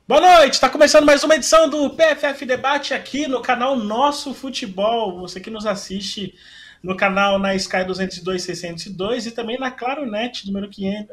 Boa noite, está começando mais uma edição do PFF Debate aqui no canal Nosso Futebol. Você que nos assiste no canal na Sky 202 602 e também na Claro Net, número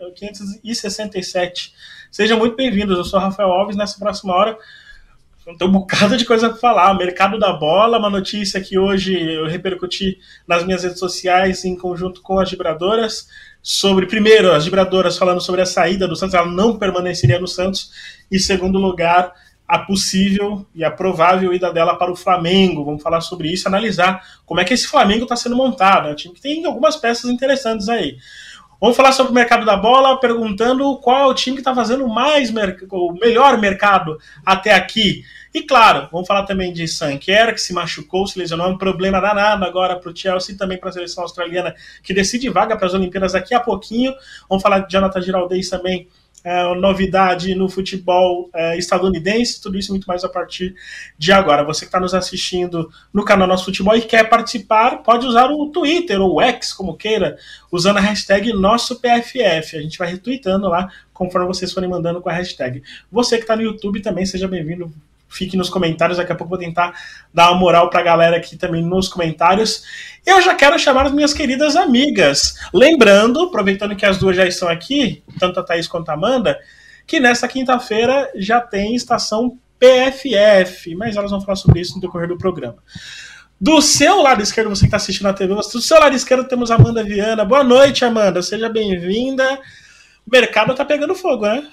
567. Sejam muito bem-vindos, eu sou Rafael Alves. Nessa próxima hora tem um bocado de coisa para falar. Mercado da bola, uma notícia que hoje eu repercuti nas minhas redes sociais em conjunto com as vibradoras. Primeiro, as vibradoras falando sobre a saída do Santos, ela não permaneceria no Santos, e segundo lugar, a possível e a provável ida dela para o Flamengo. Vamos falar sobre isso, analisar como é que esse Flamengo está sendo montado. É um time que tem algumas peças interessantes aí. Vamos falar sobre o mercado da bola, perguntando qual é o time que está fazendo o melhor mercado até aqui. E claro, vamos falar também de Sanquer, que se machucou, se lesionou, um problema danado agora para o Chelsea e também para a seleção australiana, que decide vaga para as Olimpíadas daqui a pouquinho. Vamos falar de Jonathan Giraldez também, novidade no futebol estadunidense, tudo isso e muito mais a partir de agora. Você que está nos assistindo no canal Nosso Futebol e quer participar, pode usar o Twitter ou o X, como queira, usando a hashtag NossoPFF. A gente vai retweetando lá conforme vocês forem mandando com a hashtag. Você que está no YouTube também, seja bem-vindo. Fique nos comentários, daqui a pouco eu vou tentar dar uma moral pra galera aqui também nos comentários. Eu já quero chamar as minhas queridas amigas. Lembrando, aproveitando que as duas já estão aqui, tanto a Thaís quanto a Amanda, que nesta quinta-feira já tem estação PFF, mas elas vão falar sobre isso no decorrer do programa. Do seu lado esquerdo, você que está assistindo na TV, do seu lado esquerdo temos a Amanda Viana. Boa noite, Amanda, seja bem-vinda. O mercado tá pegando fogo, né?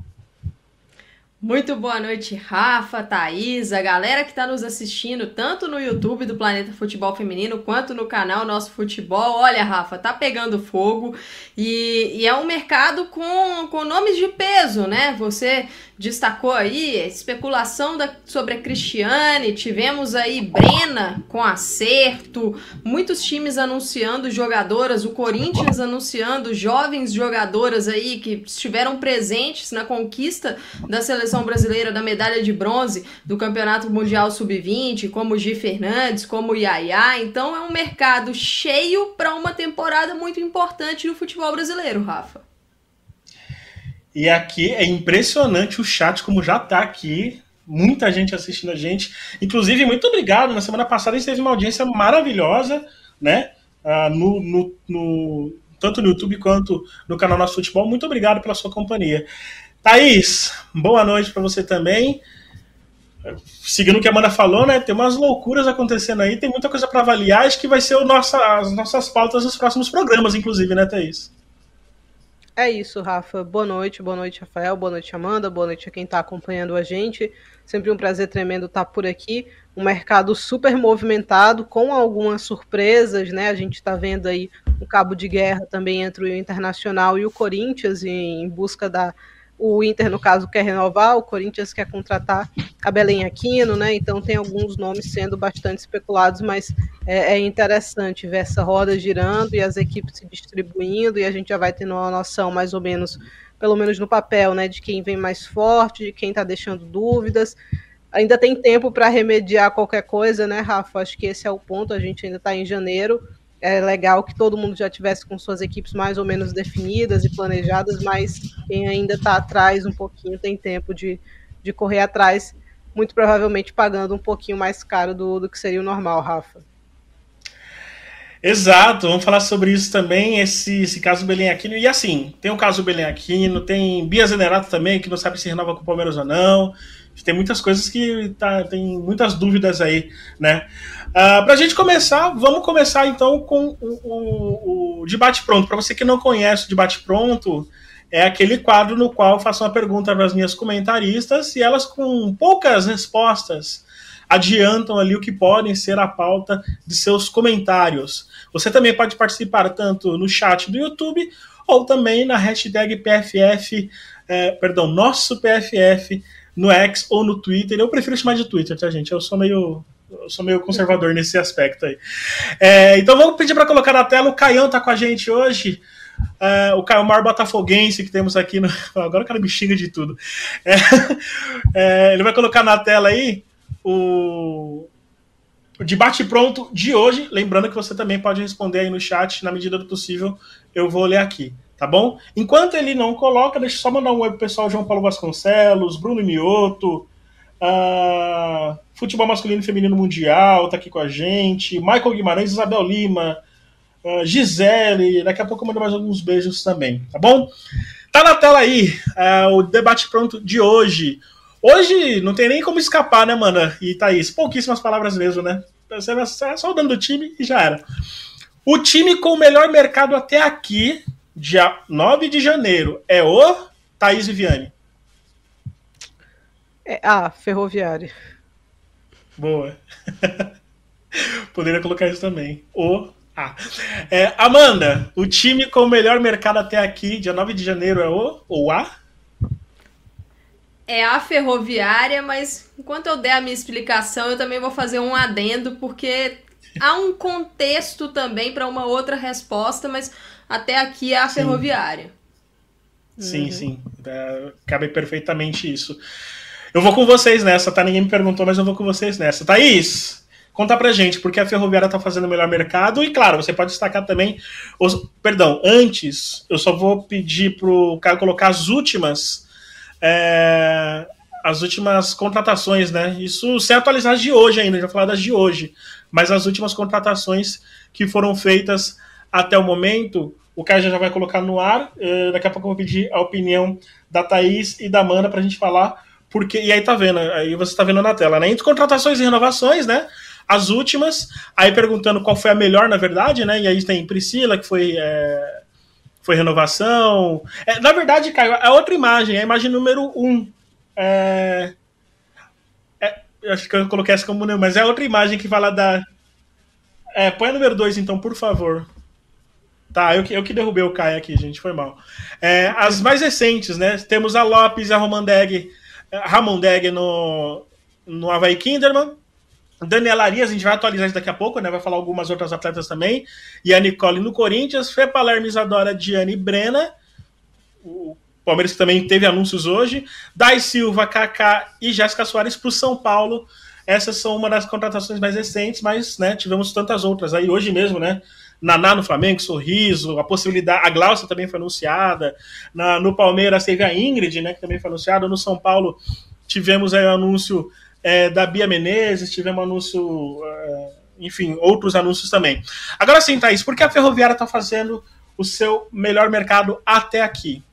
Muito boa noite, Rafa, Thaís, a galera que está nos assistindo tanto no YouTube do Planeta Futebol Feminino quanto no canal Nosso Futebol. Olha, Rafa, tá pegando fogo e é um mercado com nomes de peso, né? Você destacou aí a especulação sobre a Cristiane, tivemos aí Brena com acerto, muitos times anunciando jogadoras, o Corinthians anunciando jovens jogadoras aí que estiveram presentes na conquista da seleção brasileira da medalha de bronze do Campeonato Mundial Sub-20, como Gi Fernandes, como Yaya. Então é um mercado cheio para uma temporada muito importante no futebol brasileiro, Rafa. E aqui é impressionante o chat como já tá aqui, muita gente assistindo a gente, inclusive muito obrigado, na semana passada a gente teve uma audiência maravilhosa, né, tanto no YouTube quanto no canal Nosso Futebol. Muito obrigado pela sua companhia. Thaís, boa noite para você também. Seguindo o que a Amanda falou, né, tem umas loucuras acontecendo aí, tem muita coisa para avaliar, acho que vai ser as nossas pautas nos próximos programas, inclusive, né, Thaís? É isso, Rafa. Boa noite, Rafael, boa noite, Amanda, boa noite a quem está acompanhando a gente. Sempre um prazer tremendo estar por aqui. Um mercado super movimentado, com algumas surpresas, né? A gente está vendo aí um cabo de guerra também entre o Internacional e o Corinthians em busca da... O Inter, no caso, quer renovar, o Corinthians quer contratar a Belém Aquino, né? Então tem alguns nomes sendo bastante especulados, mas é interessante ver essa roda girando e as equipes se distribuindo, e a gente já vai tendo uma noção mais ou menos, pelo menos no papel, né, de quem vem mais forte, de quem está deixando dúvidas. Ainda tem tempo para remediar qualquer coisa, né, Rafa? Acho que esse é o ponto, a gente ainda está em janeiro. É legal que todo mundo já tivesse com suas equipes mais ou menos definidas e planejadas, mas quem ainda está atrás um pouquinho tem tempo de correr atrás, muito provavelmente pagando um pouquinho mais caro do que seria o normal, Rafa. Exato, vamos falar sobre isso também, esse caso Belém Aquino. E assim, tem o caso Belém Aquino, tem Bia Zenerato também, que não sabe se renova com o Palmeiras ou não. Tem muitas coisas que tem muitas dúvidas aí, né? Pra gente começar, vamos começar então com o Debate Pronto. Para você que não conhece o Debate Pronto, é aquele quadro no qual eu faço uma pergunta para as minhas comentaristas e elas, com poucas respostas, adiantam ali o que podem ser a pauta de seus comentários. Você também pode participar tanto no chat do YouTube ou também na hashtag PFF, Nosso PFF, no X ou no Twitter. Eu prefiro chamar de Twitter, tá, gente? Eu sou meio conservador nesse aspecto aí. Então vamos pedir para colocar na tela. O Caião tá com a gente hoje. O Caio, maior botafoguense que temos aqui. Agora o cara me xinga de tudo. Ele vai colocar na tela aí o debate pronto de hoje. Lembrando que você também pode responder aí no chat. Na medida do possível, eu vou ler aqui. tá bom? Enquanto ele não coloca, deixa eu só mandar um oi pro pessoal, João Paulo Vasconcelos, Bruno Mioto, Futebol Masculino e Feminino Mundial, tá aqui com a gente, Michael Guimarães, Isabel Lima, Gisele, daqui a pouco eu mando mais alguns beijos também, tá bom? Tá na tela aí o debate pronto de hoje. Hoje não tem nem como escapar, né, Amanda e Thaís? Pouquíssimas palavras mesmo, né? Só o nome do time e já era. O time com o melhor mercado até aqui, dia 9 de janeiro, é o Thaís Viviane. Ferroviária. Boa. Poderia colocar isso também. Amanda, o time com o melhor mercado até aqui, dia 9 de janeiro, é o A? É a Ferroviária, mas enquanto eu der a minha explicação, eu também vou fazer um adendo, porque há um contexto também para uma outra resposta, mas até aqui é a Ferroviária. Sim. Cabe perfeitamente isso. Eu vou com vocês nessa, tá? Ninguém me perguntou, mas eu vou com vocês nessa. Thaís, conta pra gente, porque a Ferroviária tá fazendo o melhor mercado, e claro, você pode destacar também antes, eu só vou pedir pro Caio colocar as últimas contratações, né? Isso sem atualizar as de hoje ainda, já falar das de hoje, mas as últimas contratações que foram feitas até o momento, o Caio já vai colocar no ar, daqui a pouco eu vou pedir a opinião da Thaís e da Amanda pra gente falar, porque, e aí tá vendo, aí você tá vendo na tela, né? Entre contratações e renovações, né? As últimas, aí perguntando qual foi a melhor, na verdade, né? E aí tem Priscila, que foi renovação. Na verdade, Caio, é outra imagem, é a imagem número 1. Eu acho que eu coloquei essa como número, mas é outra imagem que fala da... põe a número 2, então, por favor. Tá, eu que derrubei o Caio aqui, gente, foi mal. As mais recentes, né? Temos a Lopes e a Ramondeg no Havaí Kinderman. Daniela Arias, a gente vai atualizar isso daqui a pouco, né? Vai falar algumas outras atletas também. E a Nicole no Corinthians. Fê Palermo, Isadora, Diane e Brena. O Palmeiras que também teve anúncios hoje. Dai Silva, Kaká e Jéssica Soares para o São Paulo. Essas são uma das contratações mais recentes, mas, né, tivemos tantas outras aí hoje mesmo, né? Naná no Flamengo, Sorriso, a possibilidade, a Glaucia também foi anunciada. No Palmeiras teve a Ingrid, né, que também foi anunciada. No São Paulo tivemos aí o anúncio da Bia Menezes, tivemos anúncio, enfim, outros anúncios também. Agora sim, Thaís, por que a Ferroviária está fazendo o seu melhor mercado até aqui?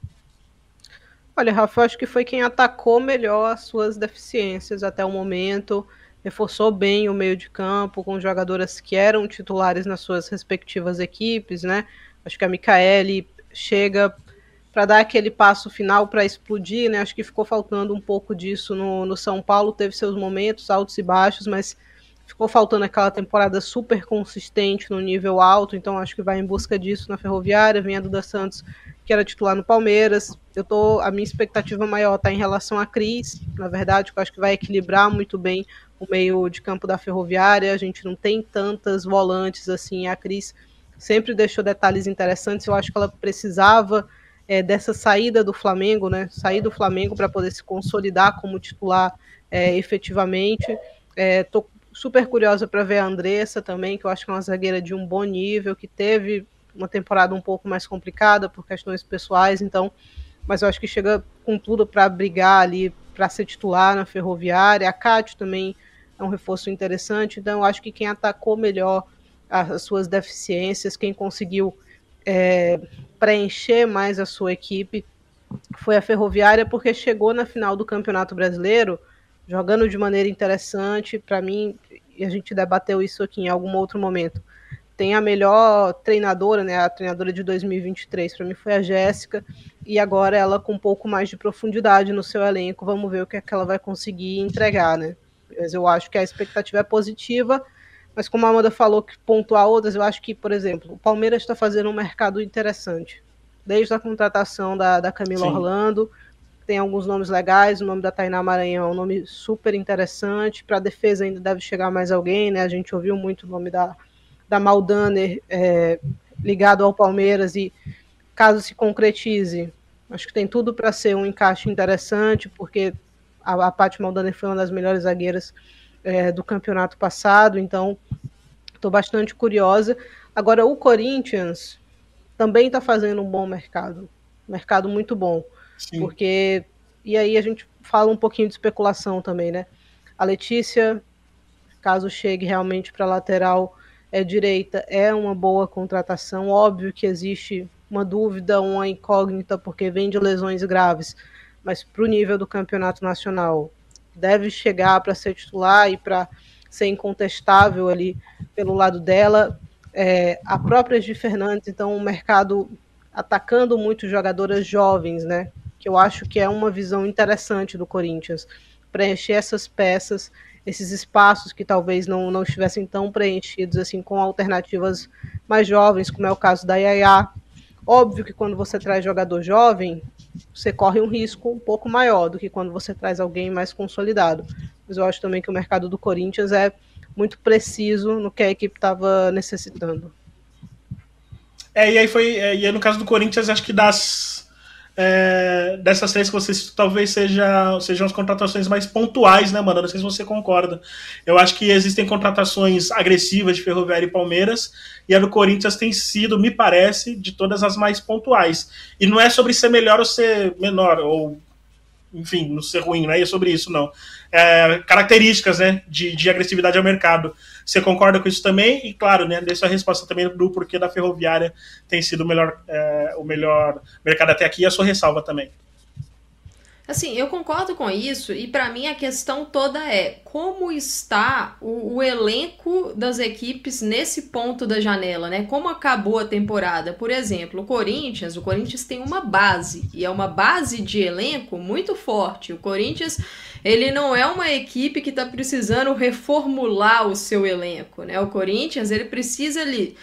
Olha, Rafa, eu acho que foi quem atacou melhor as suas deficiências até o momento, reforçou bem o meio de campo com jogadoras que eram titulares nas suas respectivas equipes, né? Acho que a Micaele chega para dar aquele passo final para explodir, né? Acho que ficou faltando um pouco disso no São Paulo, teve seus momentos altos e baixos, mas ficou faltando aquela temporada super consistente no nível alto, então acho que vai em busca disso na Ferroviária. Vem a Duda Santos, que era titular no Palmeiras. A minha expectativa maior está em relação à Cris, na verdade, que eu acho que vai equilibrar muito bem o meio de campo da Ferroviária. A gente não tem tantas volantes assim, a Cris sempre deixou detalhes interessantes. Eu acho que ela precisava dessa saída do Flamengo, né? Sair do Flamengo para poder se consolidar como titular efetivamente. Tô super curiosa para ver a Andressa também, que eu acho que é uma zagueira de um bom nível, que teve uma temporada um pouco mais complicada por questões pessoais, então, mas eu acho que chega com tudo para brigar ali, para ser titular na Ferroviária. A Cátia também é um reforço interessante, então eu acho que quem atacou melhor as suas deficiências, quem conseguiu preencher mais a sua equipe foi a Ferroviária, porque chegou na final do Campeonato Brasileiro jogando de maneira interessante. Para mim, e a gente debateu isso aqui em algum outro momento, tem a melhor treinadora, né, a treinadora de 2023, para mim foi a Jéssica, e agora ela com um pouco mais de profundidade no seu elenco, vamos ver o que é que ela vai conseguir entregar, né? Mas eu acho que a expectativa é positiva, mas como a Amanda falou, que pontuar outras, eu acho que, por exemplo, o Palmeiras está fazendo um mercado interessante, desde a contratação da Camila Sim. Orlando. Tem alguns nomes legais, o nome da Tainá Maranhão é um nome super interessante. Para a defesa ainda deve chegar mais alguém, né? A gente ouviu muito o nome da Maldaner ligado ao Palmeiras, e caso se concretize, acho que tem tudo para ser um encaixe interessante, porque a Paty Maldaner foi uma das melhores zagueiras do campeonato passado, então estou bastante curiosa. Agora, o Corinthians também está fazendo um bom mercado muito bom. Sim. Porque, e aí a gente fala um pouquinho de especulação também, né? A Letícia, caso chegue realmente para a lateral direita, é uma boa contratação. Óbvio que existe uma dúvida, uma incógnita, porque vem de lesões graves, mas para o nível do campeonato nacional, deve chegar para ser titular e para ser incontestável ali pelo lado dela. A própria Gi Fernandes, então, o mercado atacando muito jogadoras jovens, né? Que eu acho que é uma visão interessante do Corinthians, preencher essas peças, esses espaços que talvez não estivessem tão preenchidos assim com alternativas mais jovens, como é o caso da Yaya. Óbvio que quando você traz jogador jovem, você corre um risco um pouco maior do que quando você traz alguém mais consolidado. Mas eu acho também que o mercado do Corinthians é muito preciso no que a equipe estava necessitando. E aí no caso do Corinthians, acho que dessas três que você citou, talvez sejam as contratações mais pontuais, né, mano? Não sei se você concorda. Eu acho que existem contratações agressivas de Ferroviária e Palmeiras, e a do Corinthians tem sido, me parece, de todas as mais pontuais. E não é sobre ser melhor ou ser menor, ou enfim, não ser ruim, não é sobre isso, não. Características, né, de agressividade ao mercado. Você concorda com isso também? E, claro, né, dessa resposta também do porquê da Ferroviária tem sido o melhor mercado até aqui, e a sua ressalva também. Assim, eu concordo com isso, e para mim a questão toda é como está o elenco das equipes nesse ponto da janela, né? Como acabou a temporada. Por exemplo, o Corinthians tem uma base, e é uma base de elenco muito forte. O Corinthians, ele não é uma equipe que está precisando reformular o seu elenco, né? O Corinthians, ele precisa ali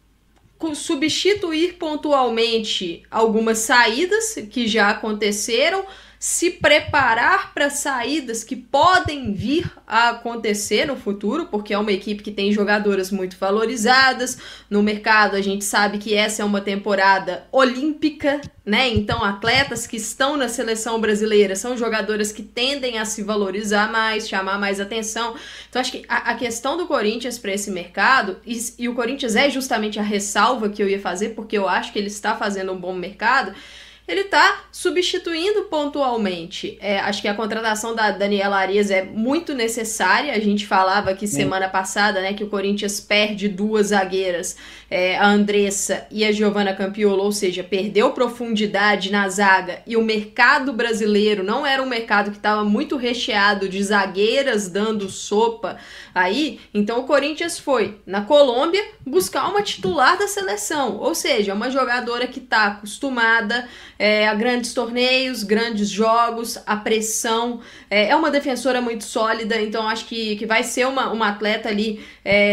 substituir pontualmente algumas saídas que já aconteceram, se preparar para saídas que podem vir a acontecer no futuro, porque é uma equipe que tem jogadoras muito valorizadas no mercado. A gente sabe que essa é uma temporada olímpica, né? Então atletas que estão na seleção brasileira são jogadoras que tendem a se valorizar mais, chamar mais atenção. Então acho que a questão do Corinthians para esse mercado, e o Corinthians é justamente a ressalva que eu ia fazer, porque eu acho que ele está fazendo um bom mercado, ele está substituindo pontualmente. Acho que a contratação da Daniela Arias é muito necessária. A gente falava aqui semana passada, né, que o Corinthians perde duas zagueiras, a Andressa e a Giovana Campiolo, ou seja, perdeu profundidade na zaga, e o mercado brasileiro não era um mercado que estava muito recheado de zagueiras dando sopa aí. Então o Corinthians foi na Colômbia buscar uma titular da seleção, ou seja, uma jogadora que está acostumada a grandes torneios, grandes jogos, a pressão, é uma defensora muito sólida. Então acho que vai ser uma atleta ali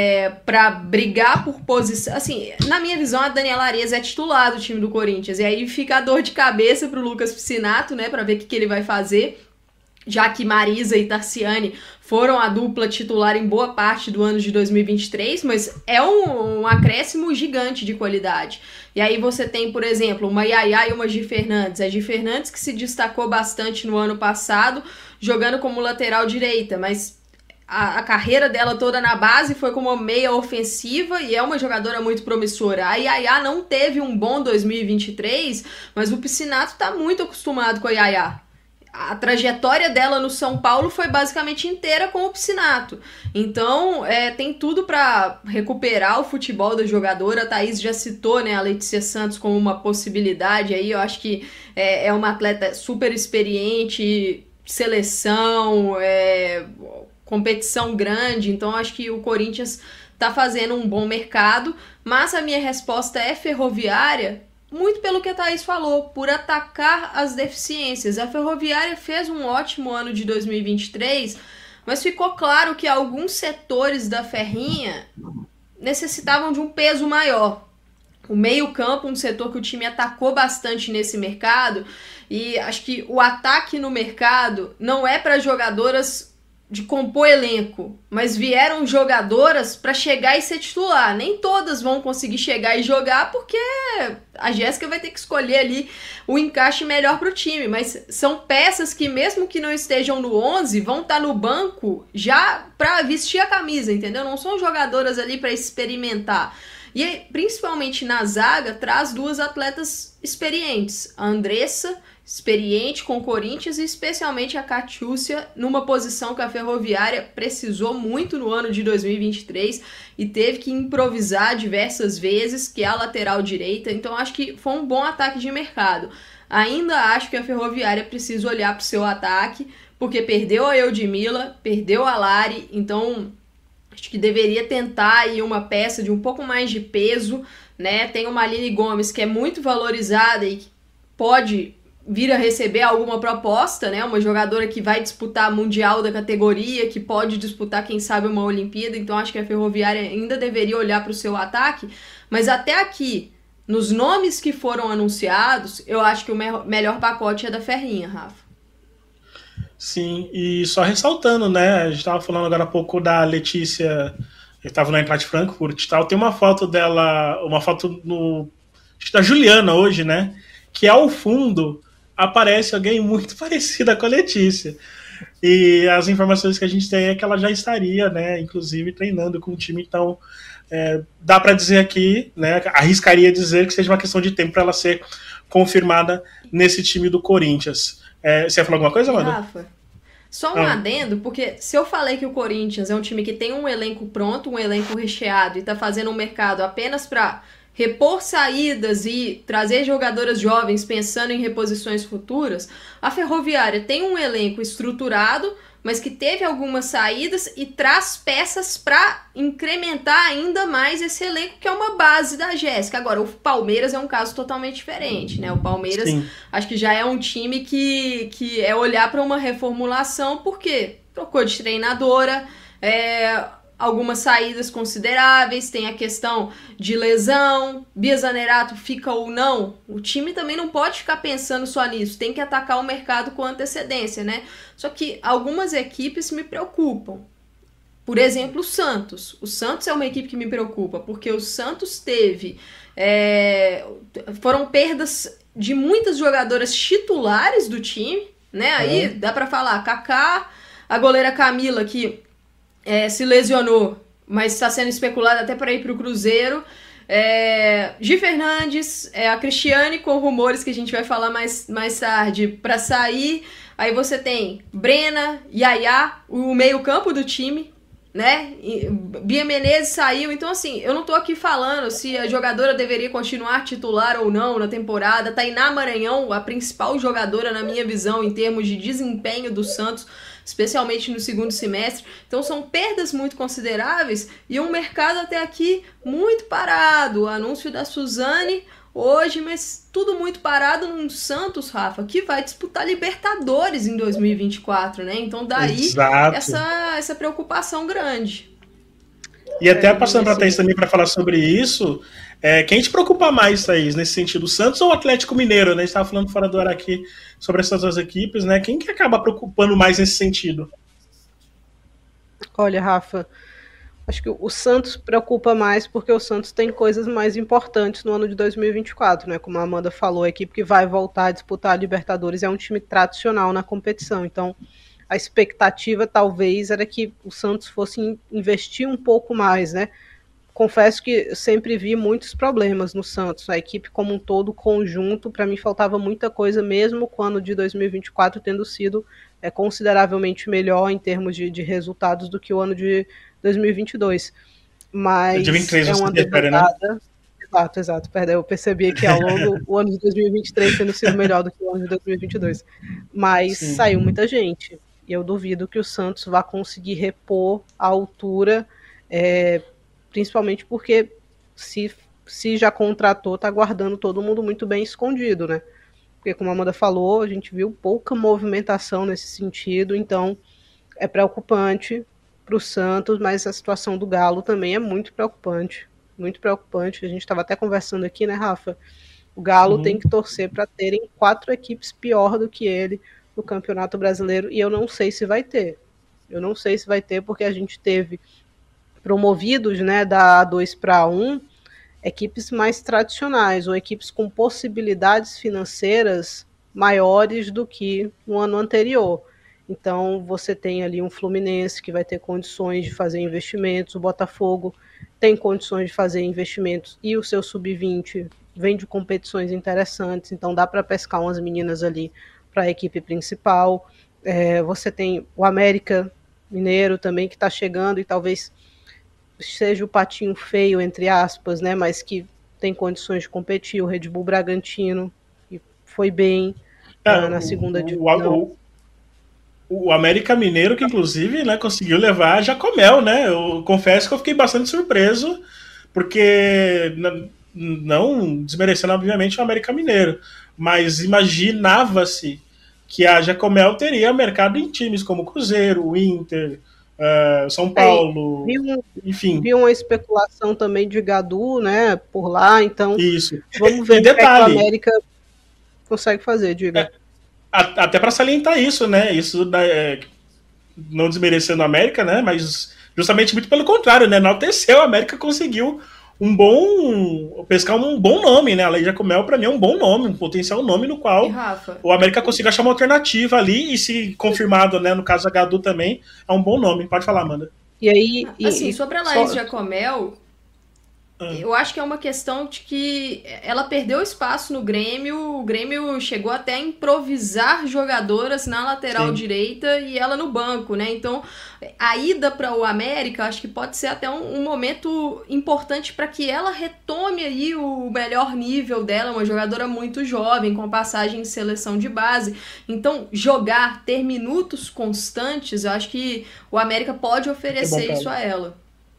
para brigar por posição. Assim, na minha visão, a Daniela Arias é titular do time do Corinthians, e aí fica a dor de cabeça pro Lucas Piscinato, né, para ver o que ele vai fazer, já que Marisa e Tarciane foram a dupla titular em boa parte do ano de 2023, mas é um acréscimo gigante de qualidade. E aí você tem, por exemplo, uma Yaya e uma Gi Fernandes. A Gi Fernandes que se destacou bastante no ano passado, jogando como lateral direita, mas a carreira dela toda na base foi como uma meia ofensiva, e é uma jogadora muito promissora. A Yaya não teve um bom 2023, mas o Piscinato está muito acostumado com a Yaya. A trajetória dela no São Paulo foi basicamente inteira com o Piscinato. Então, tem tudo para recuperar o futebol da jogadora. A Thaís já citou, né, a Letícia Santos como uma possibilidade. Aí eu acho que é uma atleta super experiente, seleção, competição grande. Então, acho que o Corinthians está fazendo um bom mercado. Mas a minha resposta é Ferroviária, muito pelo que a Thaís falou, por atacar as deficiências. A Ferroviária fez um ótimo ano de 2023, mas ficou claro que alguns setores da Ferrinha necessitavam de um peso maior. O meio-campo, um setor que o time atacou bastante nesse mercado, e acho que o ataque no mercado não é para jogadoras de compor elenco, mas vieram jogadoras para chegar e ser titular. Nem todas vão conseguir chegar e jogar, porque a Jéssica vai ter que escolher ali o encaixe melhor para o time, mas são peças que, mesmo que não estejam no 11, vão estar no banco já para vestir a camisa, entendeu? Não são jogadoras ali para experimentar. E principalmente na zaga, traz duas atletas experientes, a Andressa, experiente com o Corinthians, e especialmente a Catiúcia, numa posição que a Ferroviária precisou muito no ano de 2023 e teve que improvisar diversas vezes, que é a lateral direita. Então acho que foi um bom ataque de mercado. Ainda acho que a Ferroviária precisa olhar para o seu ataque, porque perdeu a Eudmila, perdeu a Lari, então acho que deveria tentar aí uma peça de um pouco mais de peso, né? Tem uma Aline Gomes que é muito valorizada e que pode vir a receber alguma proposta, né? Uma jogadora que vai disputar Mundial da categoria, que pode disputar, quem sabe, uma Olimpíada. Então acho que a Ferroviária ainda deveria olhar para o seu ataque. Mas até aqui, nos nomes que foram anunciados, eu acho que o melhor pacote é da Ferrinha, Rafa. Sim, e só ressaltando, né? A gente estava falando agora há pouco da Letícia, que estava na Eintracht Frankfurt e tal. Tem uma foto dela, uma foto da Juliana hoje, né? Que ao fundo aparece alguém muito parecida com a Letícia. E as informações que a gente tem é que ela já estaria, né? Inclusive treinando com o time, então dá para dizer aqui, né? Arriscaria dizer que seja uma questão de tempo para ela ser confirmada nesse time do Corinthians. Você ia falar alguma coisa, Amanda? Rafa, só um adendo, porque se eu falei que o Corinthians é um time que tem um elenco pronto, um elenco recheado e tá fazendo um mercado apenas para repor saídas e trazer jogadoras jovens pensando em reposições futuras, a Ferroviária tem um elenco estruturado, mas que teve algumas saídas e traz peças para incrementar ainda mais esse elenco, que é uma base da Jéssica. Agora, o Palmeiras é um caso totalmente diferente, né? O Palmeiras, sim, acho que já é um time que é olhar para uma reformulação, porque trocou de treinadora, algumas saídas consideráveis, tem a questão de lesão, Bia Zanerato fica ou não, o time também não pode ficar pensando só nisso, tem que atacar o mercado com antecedência, né? Só que algumas equipes me preocupam. Por exemplo, o Santos. O Santos é uma equipe que me preocupa, porque o Santos teve... foram perdas de muitas jogadoras titulares do time, né? Aí dá pra falar, Kaká, a goleira Camila, que se lesionou, mas está sendo especulada até para ir para o Cruzeiro. Gi Fernandes, a Cristiane, com rumores que a gente vai falar mais tarde, para sair. Aí você tem Brena, Yaya, o meio-campo do time, né? Bia Menezes saiu. Então, assim, eu não tô aqui falando se a jogadora deveria continuar titular ou não na temporada. Tainá Maranhão, a principal jogadora, na minha visão, em termos de desempenho do Santos, especialmente no segundo semestre. Então são perdas muito consideráveis e um mercado até aqui muito parado. O anúncio da Suzane hoje, mas tudo muito parado num Santos, Rafa, que vai disputar Libertadores em 2024, né? Então daí essa preocupação grande. E até passando para a Thaís também para falar sobre isso, quem te preocupa mais, Thaís, nesse sentido, o Santos ou o Atlético Mineiro, né? A gente estava falando fora do ar aqui sobre essas duas equipes, né? Quem que acaba preocupando mais nesse sentido? Olha, Rafa, acho que o Santos preocupa mais porque o Santos tem coisas mais importantes no ano de 2024, né? Como a Amanda falou, a equipe que vai voltar a disputar a Libertadores é um time tradicional na competição, então a expectativa talvez era que o Santos fosse investir um pouco mais, né? Confesso que eu sempre vi muitos problemas no Santos, a equipe como um todo, conjunto, para mim faltava muita coisa, mesmo com o ano de 2024 tendo sido consideravelmente melhor em termos de resultados do que o ano de 2022. Mas de 23, é uma debandada... Né? Exato, perdão, eu percebi que ao longo do ano de 2023 tendo sido melhor do que o ano de 2022. Mas sim, saiu muita gente, e eu duvido que o Santos vá conseguir repor a altura, principalmente porque se já contratou, está guardando todo mundo muito bem escondido, né? Porque como a Amanda falou, a gente viu pouca movimentação nesse sentido, então é preocupante para o Santos, mas a situação do Galo também é muito preocupante. Muito preocupante. A gente estava até conversando aqui, né, Rafa? O Galo tem que torcer para terem 4 equipes pior do que ele no Campeonato Brasileiro, e eu não sei se vai ter. Eu não sei se vai ter, porque a gente teve promovidos, né, da A2 para A1, equipes mais tradicionais, ou equipes com possibilidades financeiras maiores do que no ano anterior. Então você tem ali um Fluminense que vai ter condições de fazer investimentos, o Botafogo tem condições de fazer investimentos e o seu sub-20 vem de competições interessantes, então dá para pescar umas meninas ali para a equipe principal. Você tem o América Mineiro também que está chegando e talvez seja o patinho feio, entre aspas, né, mas que tem condições de competir, o Red Bull Bragantino, que foi bem na segunda divisão. O América Mineiro, que inclusive, né, conseguiu levar a Jacomel, né? Eu confesso que eu fiquei bastante surpreso, porque não desmerecendo, obviamente, o América Mineiro, mas imaginava-se que a Jacomel teria mercado em times como Cruzeiro, Inter, São Paulo, enfim. Vi uma especulação também de Gadu, né, por lá, então isso. Vamos ver o que a América consegue fazer, diga. Até para salientar isso, né, isso não desmerecendo a América, né, mas justamente muito pelo contrário, né, enalteceu, a América conseguiu pescar um bom nome, né? A Lei Jacomel, para mim, é um bom nome, um potencial nome no qual o América consiga achar uma alternativa ali e, se confirmado, né? No caso da Gadu também, é um bom nome. Pode falar, Amanda. E aí, assim, sobre a Laís Jacomel, eu acho que é uma questão de que ela perdeu espaço no Grêmio, o Grêmio chegou até a improvisar jogadoras na lateral direita e ela no banco, né? Então, a ida para o América, acho que pode ser até um momento importante para que ela retome aí o melhor nível dela, uma jogadora muito jovem, com passagem em seleção de base. Então, ter minutos constantes, eu acho que o América pode oferecer isso a ela.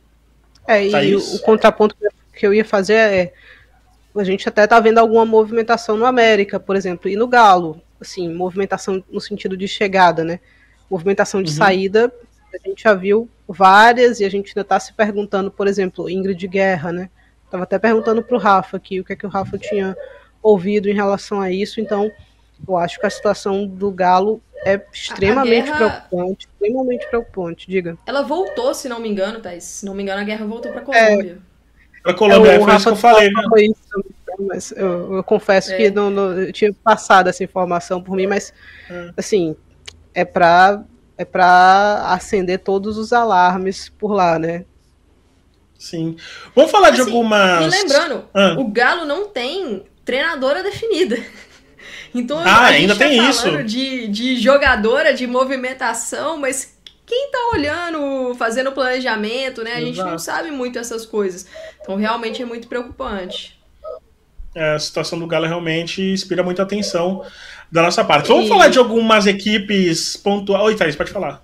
E o contraponto que eu ia fazer a gente até tá vendo alguma movimentação no América, por exemplo, e no Galo, assim, movimentação no sentido de chegada, né? Movimentação de saída, a gente já viu várias e a gente ainda tá se perguntando, por exemplo, Ingrid Guerra, né? Tava até perguntando pro Rafa aqui o que é que o Rafa tinha ouvido em relação a isso, então eu acho que a situação do Galo é extremamente preocupante, diga. Ela voltou, se não me engano, Thaís. Se não me engano, a Guerra voltou pra Colômbia. Pra Colômbia, foi isso que eu falei. Mas eu confesso que eu tinha passado essa informação por mim, mas assim, é pra acender todos os alarmes por lá, né? Sim. Vamos falar de algumas... E lembrando, o Galo não tem treinadora definida. Então a gente ainda tá tem falando de jogadora, de movimentação, mas quem tá olhando, fazendo planejamento, né? A gente não sabe muito essas coisas. Então realmente é muito preocupante. A situação do Galo realmente inspira muita atenção da nossa parte. Vamos falar de algumas equipes pontuais. Oi, Thaís, pode falar.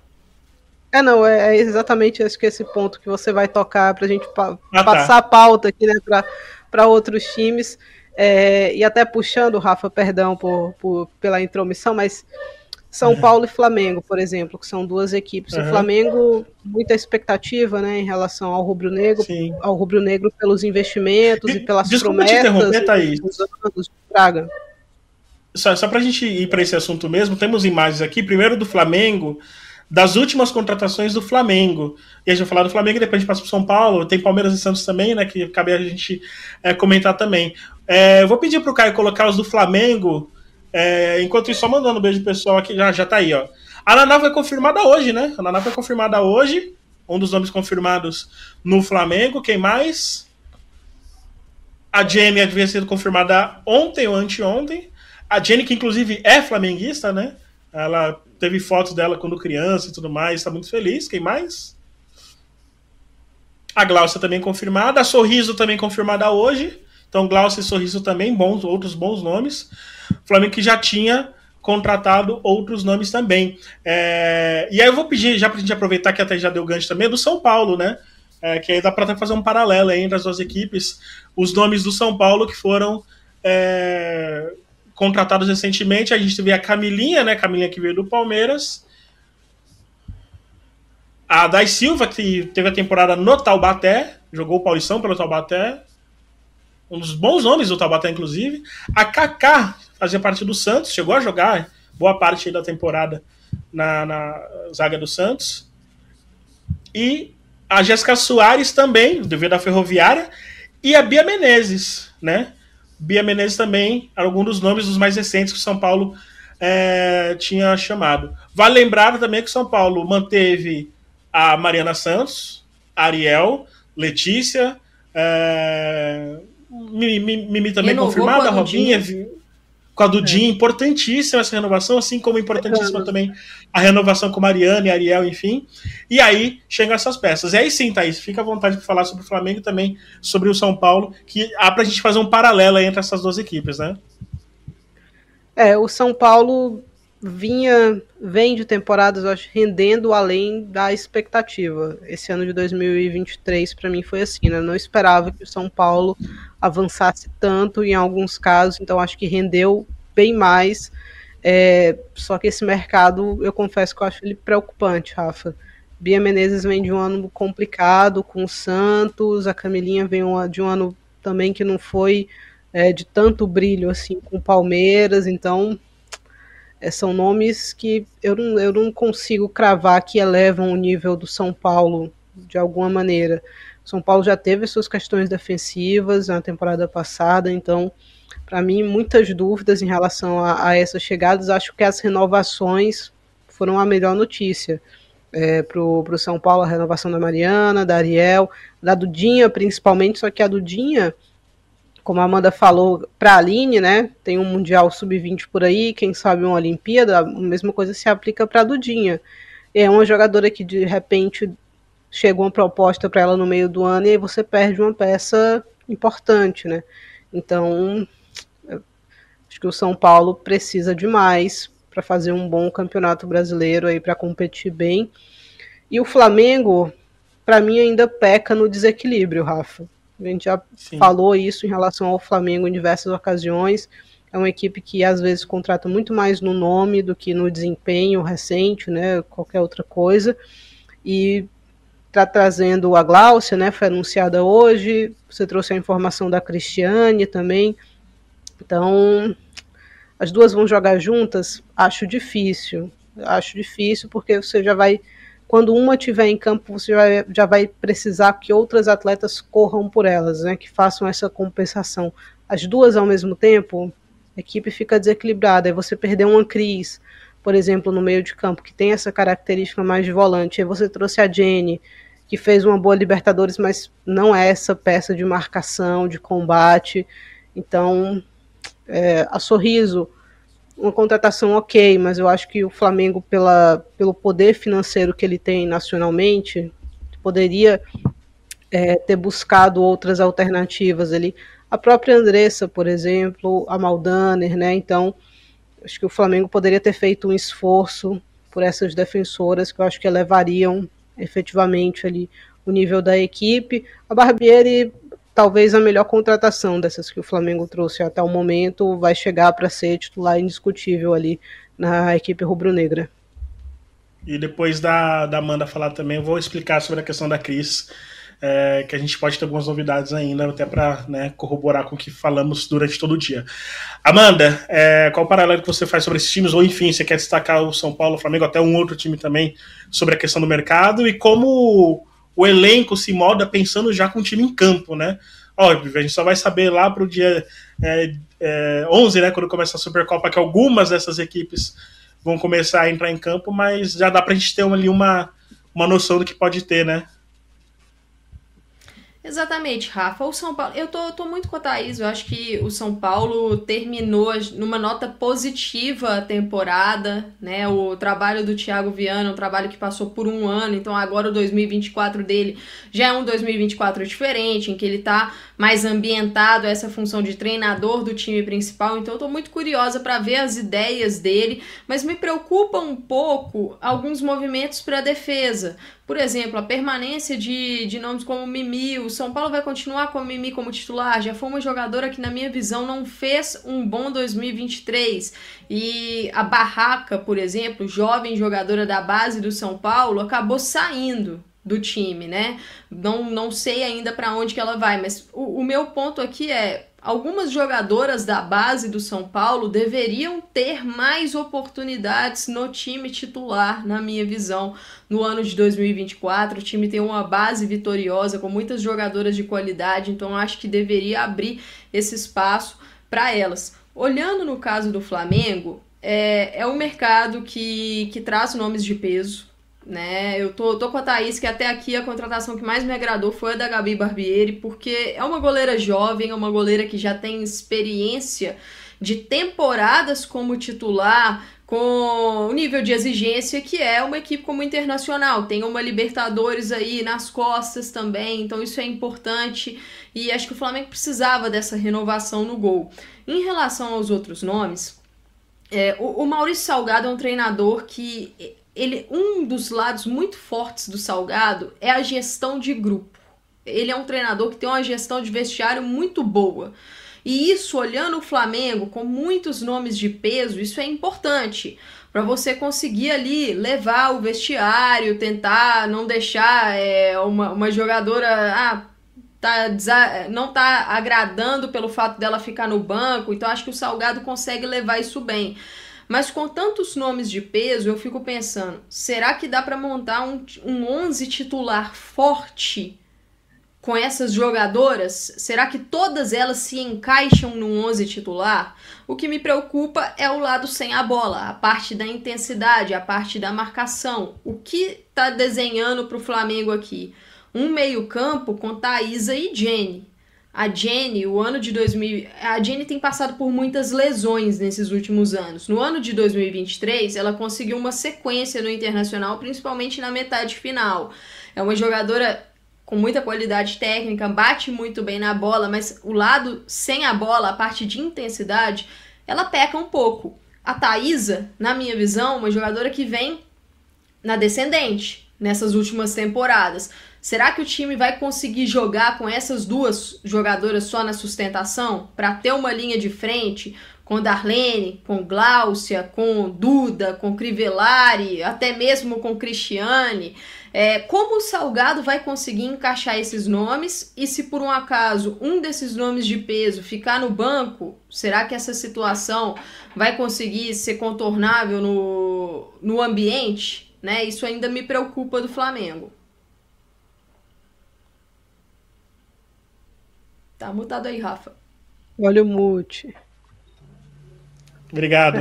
É exatamente esse ponto que você vai tocar pra gente passar a pauta aqui, né, pra outros times. E até puxando, Rafa, perdão pela intromissão, mas São Paulo e Flamengo, por exemplo, que são duas equipes. O Flamengo, muita expectativa, né, em relação ao rubro-negro pelos investimentos e pelas promessas. Desculpa te interromper, Thaís. Dos Braga. Só pra gente ir para esse assunto mesmo, temos imagens aqui, primeiro do Flamengo, das últimas contratações do Flamengo. E a gente vai falar do Flamengo e depois a gente passa pro São Paulo. Tem Palmeiras e Santos também, né, que cabe a gente comentar também. Eu vou pedir pro Caio colocar os do Flamengo, enquanto isso, só mandando um beijo pro pessoal aqui, já tá aí, ó. A Naná foi confirmada hoje, né? A Naná foi confirmada hoje, um dos nomes confirmados no Flamengo. Quem mais? A Jenny havia sido confirmada ontem ou anteontem. A Jenny, que inclusive é flamenguista, né? Ela teve fotos dela quando criança e tudo mais, tá muito feliz. Quem mais? A Glaucia também confirmada. A Sorriso também confirmada hoje. Então, Glaucia e Sorriso também, outros bons nomes. O Flamengo que já tinha contratado outros nomes também. E aí eu vou pedir, já pra gente aproveitar que até já deu gancho também, do São Paulo, né? Que aí dá pra até fazer um paralelo aí entre as duas equipes. Os nomes do São Paulo que foram contratados recentemente. A gente teve a Camilinha, né? Camilinha que veio do Palmeiras. A Dai Silva, que teve a temporada no Taubaté, jogou o Paulistão pelo Taubaté. Um dos bons nomes do Taubaté, inclusive. A Kaká fazia parte do Santos, chegou a jogar boa parte da temporada na zaga do Santos. E a Jéssica Soares também, devido da Ferroviária. E a Bia Menezes, né? Bia Menezes também, algum dos nomes dos mais recentes que o São Paulo tinha chamado. Vale lembrar também que o São Paulo manteve a Mariana Santos, a Ariel, Letícia, Mimi também Renovou confirmada, a com a Robinha, com a Dudinha, importantíssima essa renovação, assim como importantíssima também a renovação com a Mariana e a Ariel, enfim. E aí chegam essas peças. E aí sim, Thaís, fica à vontade de falar sobre o Flamengo e também sobre o São Paulo, que há pra gente fazer um paralelo entre essas duas equipes, né? O São Paulo vem de temporadas, eu acho, rendendo além da expectativa. Esse ano de 2023 para mim foi assim, né? Eu não esperava que o São Paulo avançasse tanto em alguns casos, então acho que rendeu bem mais. Só que esse mercado, eu confesso que eu acho ele preocupante, Rafa. Bia Menezes vem de um ano complicado com o Santos, a Camilinha vem de um ano também que não foi de tanto brilho assim com o Palmeiras, então são nomes que eu não consigo cravar que elevam o nível do São Paulo de alguma maneira. O São Paulo já teve suas questões defensivas na temporada passada, então, para mim, muitas dúvidas em relação a essas chegadas. Acho que as renovações foram a melhor notícia para o São Paulo, a renovação da Mariana, da Ariel, da Dudinha principalmente, só que a Dudinha, como a Amanda falou, para a Aline, né? Tem um Mundial Sub-20 por aí, quem sabe uma Olimpíada, a mesma coisa se aplica para a Dudinha. É uma jogadora que de repente chega uma proposta para ela no meio do ano e aí você perde uma peça importante, né? Então, acho que o São Paulo precisa demais para fazer um bom campeonato brasileiro aí para competir bem. E o Flamengo, para mim, ainda peca no desequilíbrio, Rafa. A gente já falou isso em relação ao Flamengo em diversas ocasiões. É uma equipe que às vezes contrata muito mais no nome do que no desempenho recente, né? Qualquer outra coisa. E está trazendo a Gláucia, né? Foi anunciada hoje. Você trouxe a informação da Cristiane também. Então, as duas vão jogar juntas? Acho difícil. Acho difícil porque você já vai... Quando uma estiver em campo, você já vai precisar que outras atletas corram por elas, né, que façam essa compensação. As duas ao mesmo tempo, a equipe fica desequilibrada. Aí você perdeu uma Cris, por exemplo, no meio de campo, que tem essa característica mais de volante. Aí você trouxe a Jenny, que fez uma boa Libertadores, mas não é essa peça de marcação, de combate. Então, a Sorriso, uma contratação ok, mas eu acho que o Flamengo, pelo poder financeiro que ele tem nacionalmente, poderia ter buscado outras alternativas ali. A própria Andressa, por exemplo, a Maldaner, né? Então, acho que o Flamengo poderia ter feito um esforço por essas defensoras que eu acho que elevariam efetivamente ali o nível da equipe. A Barbieri, talvez a melhor contratação dessas que o Flamengo trouxe até o momento, vai chegar para ser titular indiscutível ali na equipe rubro-negra. E depois da Amanda falar também, eu vou explicar sobre a questão da Cris, que a gente pode ter algumas novidades ainda, até para, né, corroborar com o que falamos durante todo o dia. Amanda, qual o paralelo que você faz sobre esses times? Ou, enfim, você quer destacar o São Paulo, o Flamengo, até um outro time também, sobre a questão do mercado e como o elenco se molda pensando já com o time em campo, né? Óbvio, a gente só vai saber lá pro dia 11, né, quando começa a Supercopa, que algumas dessas equipes vão começar a entrar em campo, mas já dá pra gente ter ali uma noção do que pode ter, né? Exatamente, Rafa. O São Paulo, eu tô muito com a Thaís, eu acho que o São Paulo terminou numa nota positiva a temporada, né? O trabalho do Thiago Viana, um trabalho que passou por um ano, então agora o 2024 dele já é um 2024 diferente, em que ele tá mais ambientado a essa função de treinador do time principal, então eu tô muito curiosa para ver as ideias dele, mas me preocupa um pouco alguns movimentos para a defesa. Por exemplo, a permanência de nomes como Mimi. O São Paulo vai continuar com a Mimi como titular. Já foi uma jogadora que, na minha visão, não fez um bom 2023. E a Barraca, por exemplo, jovem jogadora da base do São Paulo, acabou saindo do time, né? Não sei ainda para onde que ela vai, mas o meu ponto aqui é: algumas jogadoras da base do São Paulo deveriam ter mais oportunidades no time titular, na minha visão. No ano de 2024, o time tem uma base vitoriosa, com muitas jogadoras de qualidade, então acho que deveria abrir esse espaço para elas. Olhando no caso do Flamengo, é um mercado que traz nomes de peso, né? Eu tô com a Thaís, que até aqui a contratação que mais me agradou foi a da Gabi Barbieri, porque é uma goleira jovem, é uma goleira que já tem experiência de temporadas como titular, com o nível de exigência que é uma equipe como Internacional. Tem uma Libertadores aí nas costas também, então isso é importante, e acho que o Flamengo precisava dessa renovação no gol. Em relação aos outros nomes, o Maurício Salgado é um treinador que um dos lados muito fortes do Salgado é a gestão de grupo. Ele é um treinador que tem uma gestão de vestiário muito boa. E isso, olhando o Flamengo com muitos nomes de peso, isso é importante para você conseguir ali levar o vestiário, tentar não deixar uma jogadora não tá agradando pelo fato dela ficar no banco. Então acho que o Salgado consegue levar isso bem. Mas com tantos nomes de peso, eu fico pensando, será que dá para montar um 11 titular forte com essas jogadoras? Será que todas elas se encaixam no 11 titular? O que me preocupa é o lado sem a bola, a parte da intensidade, a parte da marcação. O que está desenhando para o Flamengo aqui? Um meio-campo com Thaísa e Jenny. A Jenny, a Jenny tem passado por muitas lesões nesses últimos anos. No ano de 2023, ela conseguiu uma sequência no Internacional, principalmente na metade final. É uma jogadora com muita qualidade técnica, bate muito bem na bola, mas o lado sem a bola, a parte de intensidade, ela peca um pouco. A Thaísa, na minha visão, uma jogadora que vem na descendente nessas últimas temporadas. Será que o time vai conseguir jogar com essas duas jogadoras só na sustentação? Para ter uma linha de frente com Darlene, com Gláucia, com Duda, com Crivellari, até mesmo com Cristiane? Como o Salgado vai conseguir encaixar esses nomes? E se por um acaso um desses nomes de peso ficar no banco, será que essa situação vai conseguir ser contornável no ambiente? Né? Isso ainda me preocupa do Flamengo. Tá mutado aí, Rafa. Olha o mute. Obrigado.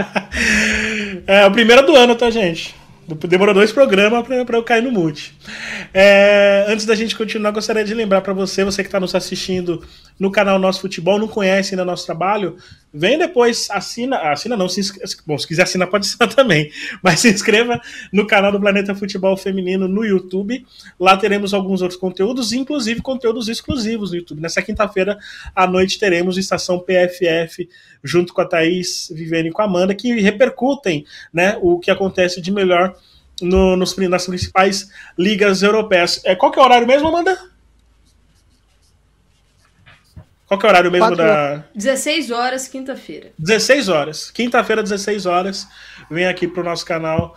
É o primeiro do ano, tá, gente? Demorou 2 programas para eu cair no mute. Antes da gente continuar, gostaria de lembrar para você que está nos assistindo no canal Nosso Futebol, não conhece ainda nosso trabalho, vem depois, assina não, bom, se quiser assinar pode assinar também, mas se inscreva no canal do Planeta Futebol Feminino no YouTube. Lá teremos alguns outros conteúdos, inclusive conteúdos exclusivos no YouTube. Nessa quinta-feira à noite teremos Estação PFF junto com a Thaís, Viviane e com a Amanda, que repercutem, né, o que acontece de melhor nas principais ligas europeias. Qual que é o horário mesmo, Amanda? Qual que é o horário mesmo 16 horas, quinta-feira. 16 horas. Quinta-feira, 16 horas. Vem aqui pro nosso canal.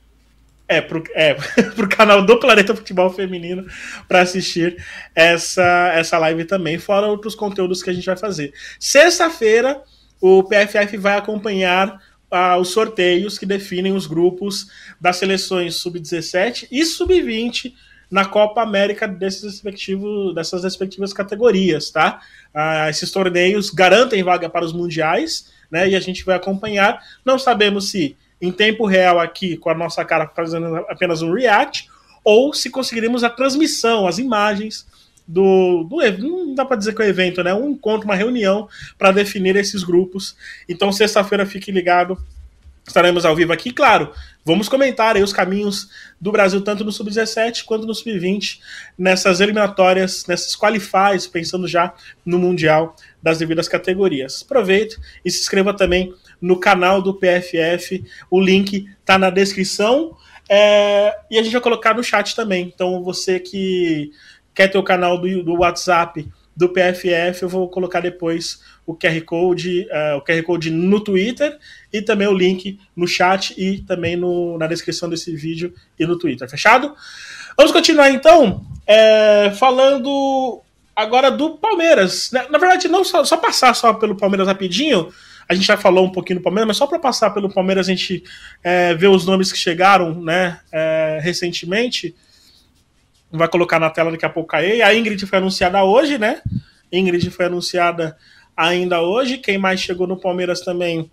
Pro canal do Planeta Futebol Feminino para assistir essa live também, fora outros conteúdos que a gente vai fazer. Sexta-feira, o PFF vai acompanhar os sorteios que definem os grupos das seleções sub-17 e sub-20 na Copa América dessas respectivas categorias, tá? Esses torneios garantem vaga para os mundiais, né? E a gente vai acompanhar. Não sabemos se em tempo real aqui, com a nossa cara fazendo apenas um react, ou se conseguiremos a transmissão, as imagens não dá para dizer que é um evento, né? Um encontro, uma reunião para definir esses grupos. Então, sexta-feira, fique ligado. Estaremos ao vivo aqui, claro, vamos comentar aí os caminhos do Brasil, tanto no Sub-17 quanto no Sub-20, nessas eliminatórias, nesses qualifies, pensando já no Mundial das devidas categorias. Aproveite e se inscreva também no canal do PFF, o link está na descrição, e a gente vai colocar no chat também. Então, você que quer ter o canal do WhatsApp do PFF, eu vou colocar depois o QR Code no Twitter e também o link no chat e também na descrição desse vídeo e no Twitter. Fechado? Vamos continuar então falando agora do Palmeiras. Na verdade, não só passar só pelo Palmeiras rapidinho. A gente já falou um pouquinho do Palmeiras, mas só para passar pelo Palmeiras a gente ver os nomes que chegaram, né, recentemente. Vai colocar na tela daqui a pouco aí. A Ingrid foi anunciada hoje, né? Ingrid foi anunciada ainda hoje. Quem mais chegou no Palmeiras também?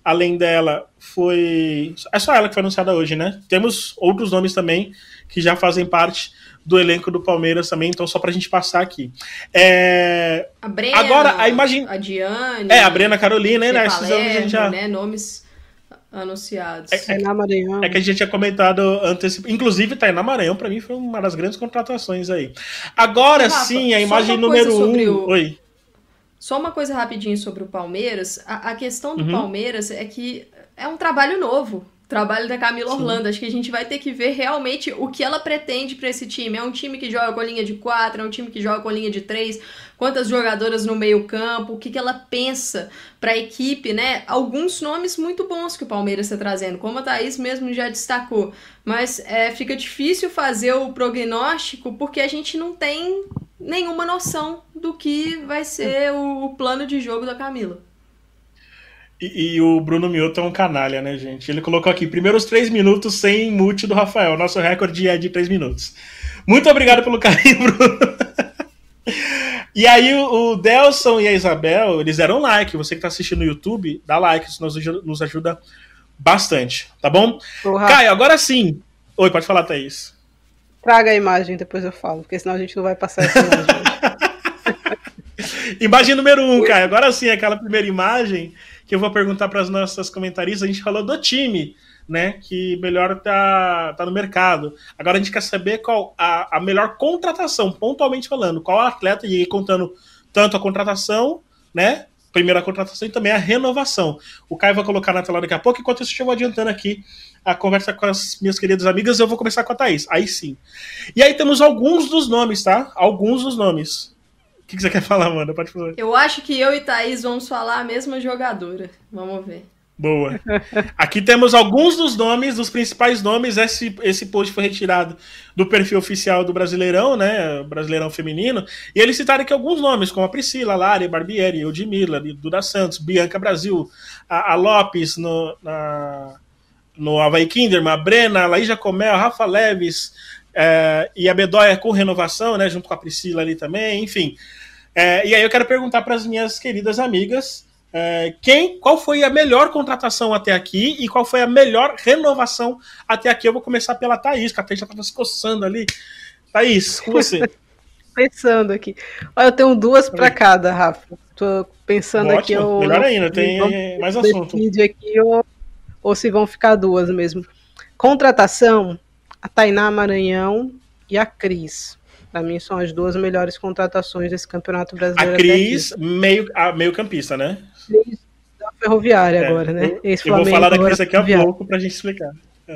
além dela, é só ela que foi anunciada hoje, né? Temos outros nomes também que já fazem parte do elenco do Palmeiras também, então só pra gente passar aqui. A Brena, agora, a Diane... a Brena Carolina, né? Esses nomes a gente já... né? Nomes anunciados. Tainá Maranhão. É que a gente tinha comentado antes. Inclusive, Tainá Maranhão, pra mim, foi uma das grandes contratações aí. Agora Rafa, sim, a imagem número 1. Oi. Só uma coisa rapidinho sobre o Palmeiras. A questão do Palmeiras é que é um trabalho novo. Trabalho da Camila Orlando. Acho que a gente vai ter que ver realmente o que ela pretende para esse time. É um time que joga com a linha de 4, é um time que joga com a linha de 3, quantas jogadoras no meio campo, o que ela pensa para a equipe, né? Alguns nomes muito bons que o Palmeiras está trazendo, como a Thaís mesmo já destacou. Mas fica difícil fazer o prognóstico porque a gente não tem nenhuma noção do que vai ser o plano de jogo da Camila. E o Bruno Mioto é um canalha, né, gente? Ele colocou aqui, primeiros 3 minutos sem mute do Rafael. Nosso recorde é de 3 minutos. Muito obrigado pelo carinho, Bruno. E aí o Delson e a Isabel, eles deram like. Você que tá assistindo no YouTube, dá like, isso nos ajuda bastante, tá bom? Caio, agora sim. Oi, pode falar, Thaís. Traga a imagem, depois eu falo, porque senão a gente não vai passar essa imagem. Imagem número 1, Caio. Agora sim, aquela primeira imagem que eu vou perguntar para as nossas comentaristas. A gente falou do time, né, que melhor tá no mercado. Agora a gente quer saber qual a melhor contratação, pontualmente falando, qual atleta, e aí contando tanto a contratação, né, primeira contratação e também a renovação. O Caio vai colocar na tela daqui a pouco, enquanto isso eu vou adiantando aqui a conversa com as minhas queridas amigas. Eu vou começar com a Thaís, aí sim. E aí temos alguns dos nomes, tá? Alguns dos nomes. O que você quer falar, Amanda? Pode falar. Eu acho que eu e Thaís vamos falar a mesma jogadora. Vamos ver. Boa. Aqui temos alguns dos nomes, dos principais nomes. Esse post foi retirado do perfil oficial do Brasileirão, né? Brasileirão Feminino. E eles citaram aqui alguns nomes, como a Priscila, Lari, Barbieri, Eudmila, Duda Santos, Bianca Brasil, a Lopes no Havaí Kinderman, a Brena, a Laís Jacomel, a Rafa Leves, e a Bedóia com renovação, né? Junto com a Priscila ali também, enfim. E aí eu quero perguntar para as minhas queridas amigas qual foi a melhor contratação até aqui e qual foi a melhor renovação até aqui. Eu vou começar pela Thaís, que a Thaís já estava se coçando ali. Thaís, com você. Pensando aqui. Olha, eu tenho 2 para cada, Rafa. Tô pensando ótimo, aqui. Melhor ainda, tem mais assunto. Aqui, ou se vão ficar 2 mesmo. Contratação, a Tainá Maranhão e a Cris. Para mim são as 2 melhores contratações desse Campeonato Brasileiro. A Cris, meio campista, né? Cris da Ferroviária agora, né? Eu vou falar da Cris aqui a pouco pra gente explicar.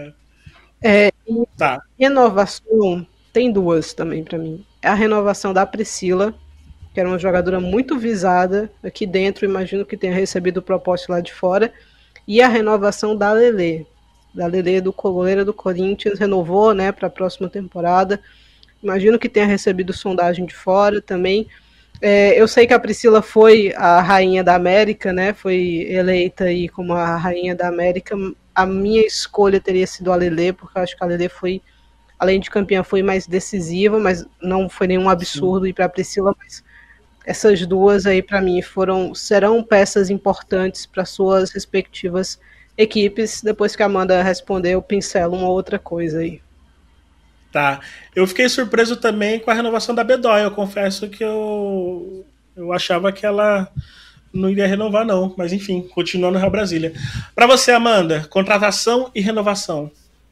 Tá. Renovação, tem 2 também para mim. É a renovação da Priscila, que era uma jogadora muito visada aqui dentro, imagino que tenha recebido proposta lá de fora, e a renovação da Lelê. Do goleiro do Corinthians, renovou, né, para a próxima temporada. Imagino que tenha recebido sondagem de fora também. Eu sei que a Priscila foi a rainha da América, né? Foi eleita aí como a rainha da América. A minha escolha teria sido a Lelê, porque eu acho que a Lelê foi, além de campeã, foi mais decisiva, mas não foi nenhum absurdo ir para a Priscila. Mas essas 2 aí, para mim, serão peças importantes para suas respectivas equipes. Depois que a Amanda responder, eu pincelo uma outra coisa aí. Tá. Eu fiquei surpreso também com a renovação da Bedóia. Eu confesso que eu achava que ela não iria renovar, não. Mas enfim, continua no Real Brasília. Para você, Amanda, contratação e renovação.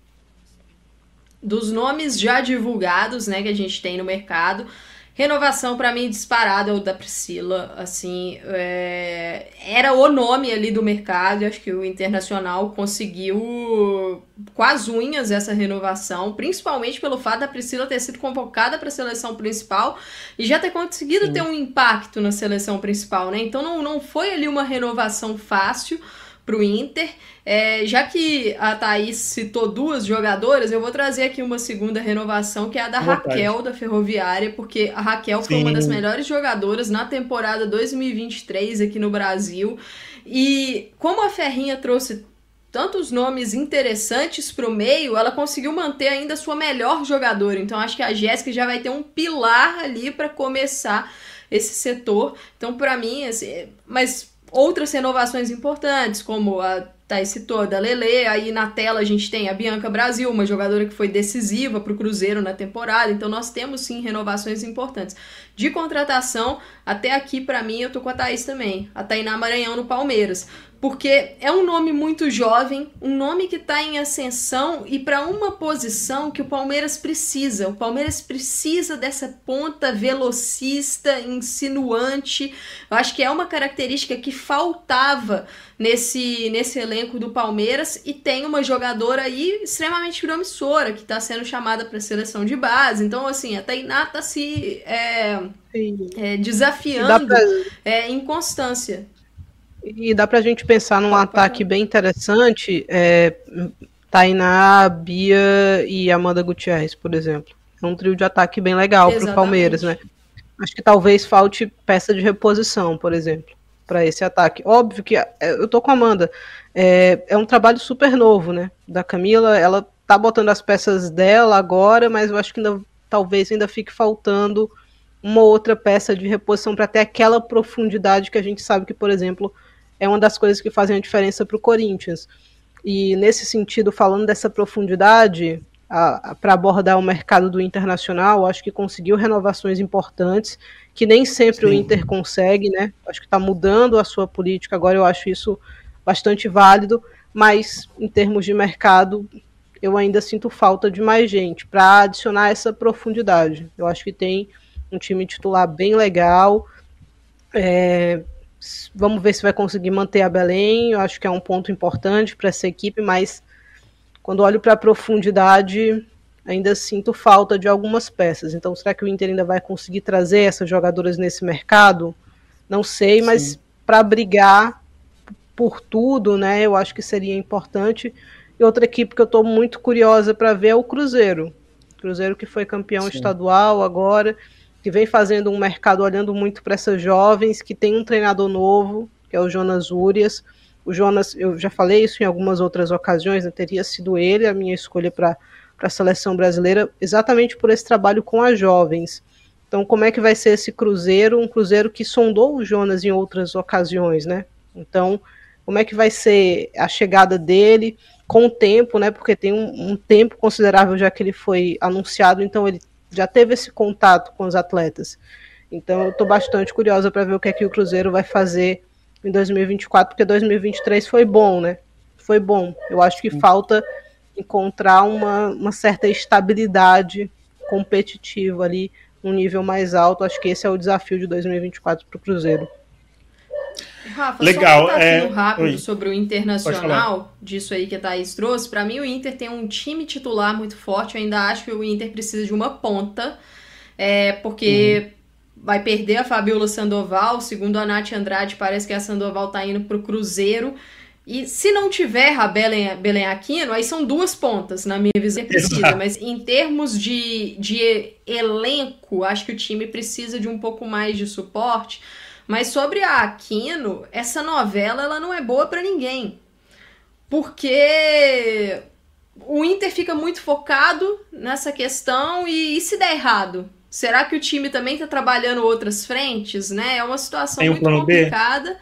Dos nomes já divulgados, né, que a gente tem no mercado, renovação, para mim, disparada é o da Priscila, assim, era o nome ali do mercado, acho que o Internacional conseguiu com as unhas essa renovação, principalmente pelo fato da Priscila ter sido convocada para a seleção principal e já ter conseguido ter um impacto na seleção principal, né? Então não foi ali uma renovação fácil para o Inter. Já que a Thaís citou 2 jogadoras, eu vou trazer aqui uma segunda renovação, que é a da Raquel, da Ferroviária, porque a Raquel foi uma das melhores jogadoras na temporada 2023 aqui no Brasil. E como a Ferrinha trouxe tantos nomes interessantes para o meio, ela conseguiu manter ainda a sua melhor jogadora. Então acho que a Jéssica já vai ter um pilar ali para começar esse setor. Então, para mim, assim, mas outras renovações importantes, como a Thaís citou, da Lelê. Aí na tela a gente tem a Bianca Brasil, uma jogadora que foi decisiva para o Cruzeiro na temporada. Então nós temos sim renovações importantes. De contratação, até aqui para mim eu tô com a Thaís também, a Tainá Maranhão no Palmeiras. Porque é um nome muito jovem, um nome que está em ascensão e para uma posição que o Palmeiras precisa. O Palmeiras precisa dessa ponta velocista, insinuante. Eu acho que é uma característica que faltava nesse elenco do Palmeiras, e tem uma jogadora aí extremamente promissora que está sendo chamada para a seleção de base. Então, assim, a Tainá está se desafiando em constância. E dá pra gente pensar num ataque bem interessante, Tainá, Bia e Amanda Gutierrez, por exemplo. É um trio de ataque bem legal pro Palmeiras, né? Acho que talvez falte peça de reposição, por exemplo, para esse ataque. Óbvio que eu tô com a Amanda. É um trabalho super novo, né? Da Camila, ela tá botando as peças dela agora, mas eu acho que talvez ainda fique faltando uma outra peça de reposição para ter aquela profundidade que a gente sabe que, por exemplo, é uma das coisas que fazem a diferença para o Corinthians. E nesse sentido, falando dessa profundidade, para abordar o mercado do internacional, acho que conseguiu renovações importantes, que nem sempre o Inter consegue, né? Acho que está mudando a sua política agora, eu acho isso bastante válido, mas em termos de mercado, eu ainda sinto falta de mais gente para adicionar essa profundidade. Eu acho que tem um time titular bem legal. Vamos ver se vai conseguir manter a Belém. Eu acho que é um ponto importante para essa equipe, mas quando olho para a profundidade, ainda sinto falta de algumas peças. Então, será que o Inter ainda vai conseguir trazer essas jogadoras nesse mercado? Não sei, mas para brigar por tudo, né, eu acho que seria importante. E outra equipe que eu estou muito curiosa para ver é o Cruzeiro. Cruzeiro que foi campeão estadual agora, que vem fazendo um mercado olhando muito para essas jovens, que tem um treinador novo, que é o Jonas Urias. O Jonas, eu já falei isso em algumas outras ocasiões, né, teria sido ele a minha escolha para a seleção brasileira, exatamente por esse trabalho com as jovens. Então, como é que vai ser esse Cruzeiro? Um Cruzeiro que sondou o Jonas em outras ocasiões, né? Então, como é que vai ser a chegada dele com o tempo, né? Porque tem um tempo considerável já que ele foi anunciado, então ele já teve esse contato com os atletas. Então eu estou bastante curiosa para ver o que é que o Cruzeiro vai fazer em 2024, porque 2023 foi bom, né? Foi bom. Eu acho que falta encontrar uma certa estabilidade competitiva ali, um nível mais alto. Acho que esse é o desafio de 2024 para o Cruzeiro. Rafa, legal. Só um rápido sobre o Internacional, disso aí que a Thaís trouxe. Para mim, o Inter tem um time titular muito forte. Eu ainda acho que o Inter precisa de uma ponta, porque vai perder a Fabiola Sandoval. Segundo a Nath Andrade, parece que a Sandoval tá indo pro Cruzeiro. E se não tiver a Belém Aquino, aí são duas pontas, na minha visão, precisa. Mas em termos de elenco, acho que o time precisa de um pouco mais de suporte. Mas sobre a Aquino, essa novela ela não é boa para ninguém. Porque o Inter fica muito focado nessa questão e se der errado? Será que o time também tá trabalhando outras frentes, né? É uma situação muito complicada.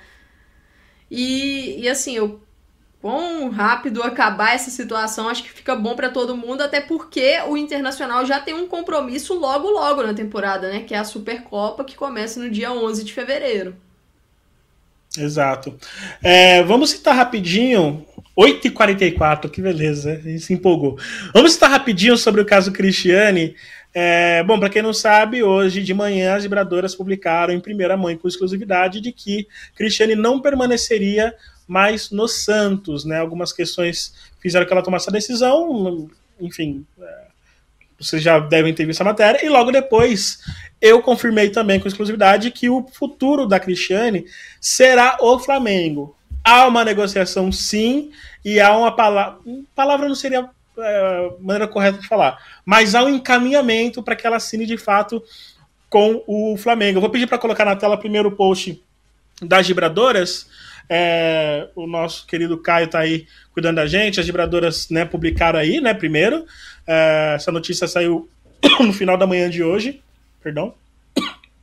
E assim, quão rápido acabar essa situação, acho que fica bom para todo mundo, até porque o Internacional já tem um compromisso logo na temporada, né? Que é a Supercopa, que começa no dia 11 de fevereiro. Exato. Vamos citar rapidinho, 8h44, que beleza, se empolgou. Vamos citar rapidinho sobre o caso Cristiane. Bom, para quem não sabe, hoje de manhã as vibradoras publicaram em primeira mão e com exclusividade de que Cristiane não permaneceria mais no Santos, né? Algumas questões fizeram que ela tomasse essa decisão, enfim, vocês já devem ter visto a matéria, e logo depois eu confirmei também com exclusividade que o futuro da Cristiane será o Flamengo. Há uma negociação sim, e há uma palavra não seria a maneira correta de falar, mas há um encaminhamento para que ela assine de fato com o Flamengo. Eu vou pedir para colocar na tela primeiro o post das vibradoras. O nosso querido Caio está aí cuidando da gente. As vibradoras, né, publicaram aí, né, primeiro. Essa notícia saiu no final da manhã de hoje, perdão.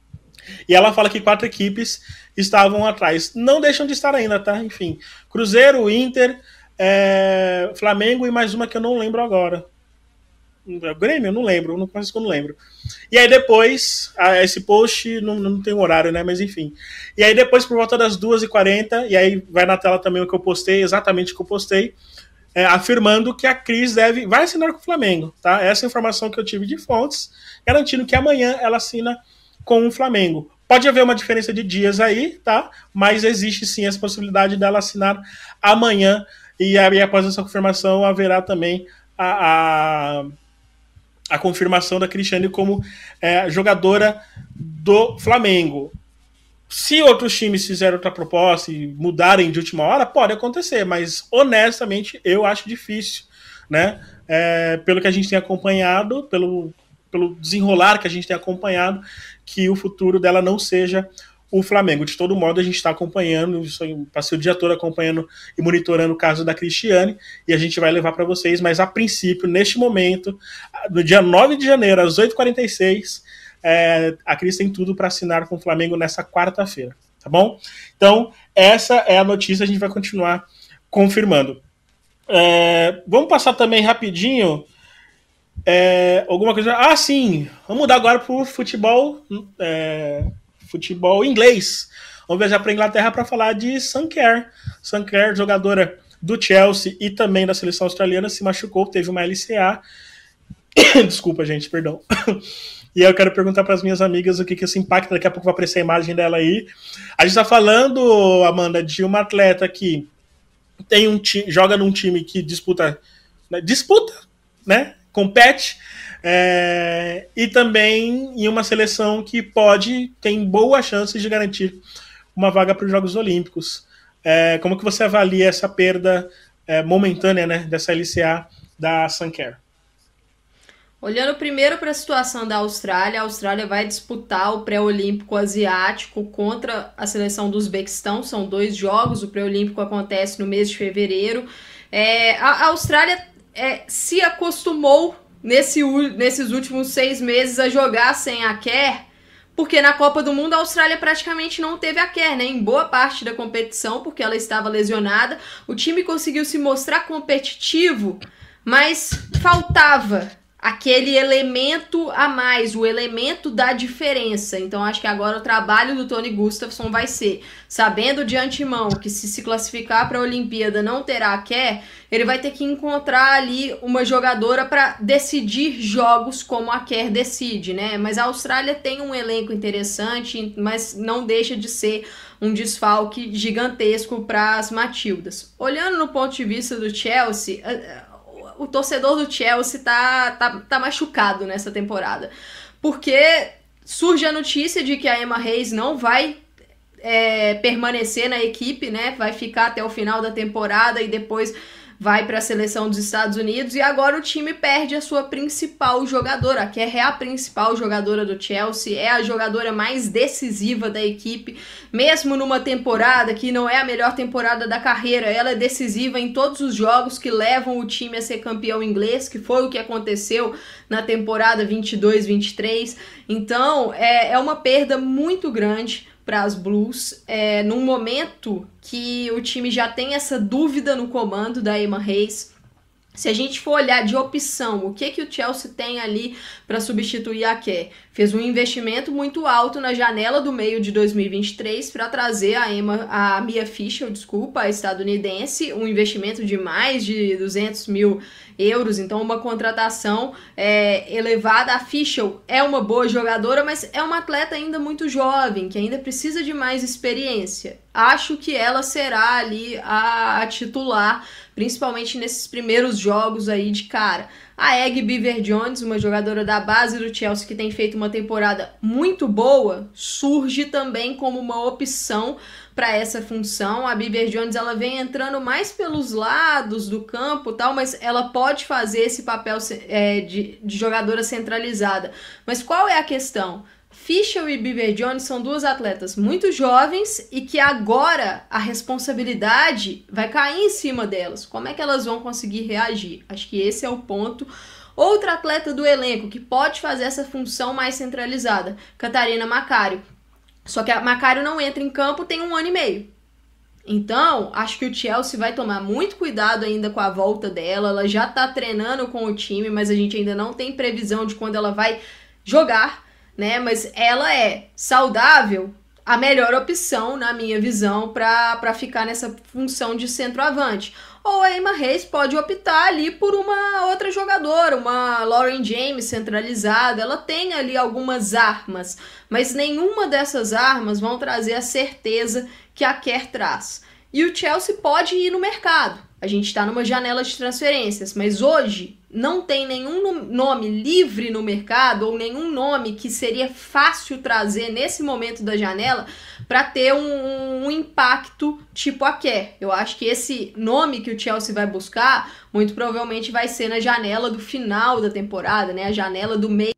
E ela fala que 4 equipes estavam atrás. Não deixam de estar ainda, tá? Enfim, Cruzeiro, Inter, Flamengo e mais uma que eu não lembro agora. O Grêmio, eu não lembro, não conheço que eu não lembro. E aí depois, esse post não tem um horário, né? Mas enfim. E aí depois, por volta das 2h40, e aí vai na tela também o que eu postei, exatamente o que eu postei, afirmando que a Cris vai assinar com o Flamengo, tá? Essa é a informação que eu tive de fontes, garantindo que amanhã ela assina com o Flamengo. Pode haver uma diferença de dias aí, tá? Mas existe sim essa possibilidade dela assinar amanhã, e aí após essa confirmação haverá também a confirmação da Cristiane como jogadora do Flamengo. Se outros times fizerem outra proposta e mudarem de última hora, pode acontecer, mas honestamente eu acho difícil, né? Pelo que a gente tem acompanhado, pelo desenrolar que a gente tem acompanhado, que o futuro dela não seja o Flamengo. De todo modo, a gente está acompanhando, passei o dia todo acompanhando e monitorando o caso da Cristiane, e a gente vai levar para vocês, mas a princípio, neste momento, no dia 9 de janeiro, às 8h46, a Cris tem tudo para assinar com o Flamengo nessa quarta-feira, tá bom? Então, essa é a notícia, a gente vai continuar confirmando. Vamos passar também rapidinho alguma coisa. Ah, sim, vamos mudar agora para o futebol inglês. Vamos viajar para a Inglaterra para falar de Sam Kerr. Sam Kerr, jogadora do Chelsea e também da seleção australiana, se machucou, teve uma LCA. Desculpa, gente, perdão. E aí eu quero perguntar para as minhas amigas o que isso impacta. Daqui a pouco vai aparecer a imagem dela aí. A gente está falando, Amanda, de uma atleta que joga num time que disputa, né? Compete. E também em uma seleção que tem boas chances de garantir uma vaga para os Jogos Olímpicos. Como que você avalia essa perda momentânea, né, dessa LCA da Sam Kerr? Olhando primeiro para a situação da Austrália, a Austrália vai disputar o pré-olímpico asiático contra a seleção do Uzbequistão. São 2 jogos, o pré-olímpico acontece no mês de fevereiro. A Austrália se acostumou nesses últimos 6 meses a jogar sem a Kerr, porque na Copa do Mundo a Austrália praticamente não teve a Kerr, né? Em boa parte da competição, porque ela estava lesionada. O time conseguiu se mostrar competitivo, mas faltava aquele elemento a mais, o elemento da diferença. Então acho que agora o trabalho do Tony Gustafsson vai ser, sabendo de antemão que se classificar para a Olimpíada não terá a Kerr, ele vai ter que encontrar ali uma jogadora para decidir jogos como a Kerr decide, né? Mas a Austrália tem um elenco interessante, mas não deixa de ser um desfalque gigantesco para as Matildas. Olhando no ponto de vista do Chelsea, o torcedor do Chelsea tá machucado nessa temporada, porque surge a notícia de que a Emma Hayes não vai permanecer na equipe, né? Vai ficar até o final da temporada e depois vai para a seleção dos Estados Unidos, e agora o time perde a sua principal jogadora, que é a principal jogadora do Chelsea, é a jogadora mais decisiva da equipe, mesmo numa temporada que não é a melhor temporada da carreira, ela é decisiva em todos os jogos que levam o time a ser campeão inglês, que foi o que aconteceu na temporada 22-23, então é uma perda muito grande para as Blues, num momento que o time já tem essa dúvida no comando da Emma Hayes. Se a gente for olhar de opção, o que o Chelsea tem ali para substituir a Kerr? Fez um investimento muito alto na janela do meio de 2023 para trazer a Mia Fischel, a estadunidense, um investimento de mais de 200 mil euros, então uma contratação elevada. A Fischel é uma boa jogadora, mas é uma atleta ainda muito jovem, que ainda precisa de mais experiência. Acho que ela será ali a titular, principalmente nesses primeiros jogos aí de cara. A Egg Beever-Jones, uma jogadora da base do Chelsea que tem feito uma temporada muito boa, surge também como uma opção para essa função. A Beever-Jones, ela vem entrando mais pelos lados do campo, tal, mas ela pode fazer esse papel de jogadora centralizada. Mas qual é a questão? Fischel e Beever-Jones são 2 atletas muito jovens e que agora a responsabilidade vai cair em cima delas. Como é que elas vão conseguir reagir? Acho que esse é o ponto. Outra atleta do elenco que pode fazer essa função mais centralizada, Catarina Macario. Só que a Macario não entra em campo tem 1 ano e meio. Então, acho que o Chelsea vai tomar muito cuidado ainda com a volta dela. Ela já tá treinando com o time, mas a gente ainda não tem previsão de quando ela vai jogar, né? Mas ela é saudável, a melhor opção, na minha visão, para ficar nessa função de centroavante. Ou a Emma Hayes pode optar ali por uma outra jogadora, uma Lauren James centralizada. Ela tem ali algumas armas, mas nenhuma dessas armas vão trazer a certeza que a Kerr traz. E o Chelsea pode ir no mercado. A gente está numa janela de transferências, mas hoje não tem nenhum nome livre no mercado ou nenhum nome que seria fácil trazer nesse momento da janela para ter um impacto tipo a Kerr. Eu acho que esse nome que o Chelsea vai buscar muito provavelmente vai ser na janela do final da temporada, né? A janela do meio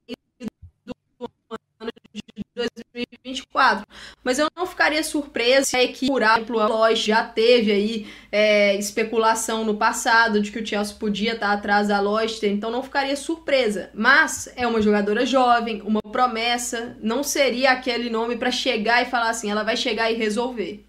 de 2024, mas eu não ficaria surpresa se a equipe, por exemplo, a Lois já teve aí especulação no passado de que o Chelsea podia estar atrás da Lois, então não ficaria surpresa, mas é uma jogadora jovem, uma promessa, não seria aquele nome para chegar e falar assim, ela vai chegar e resolver.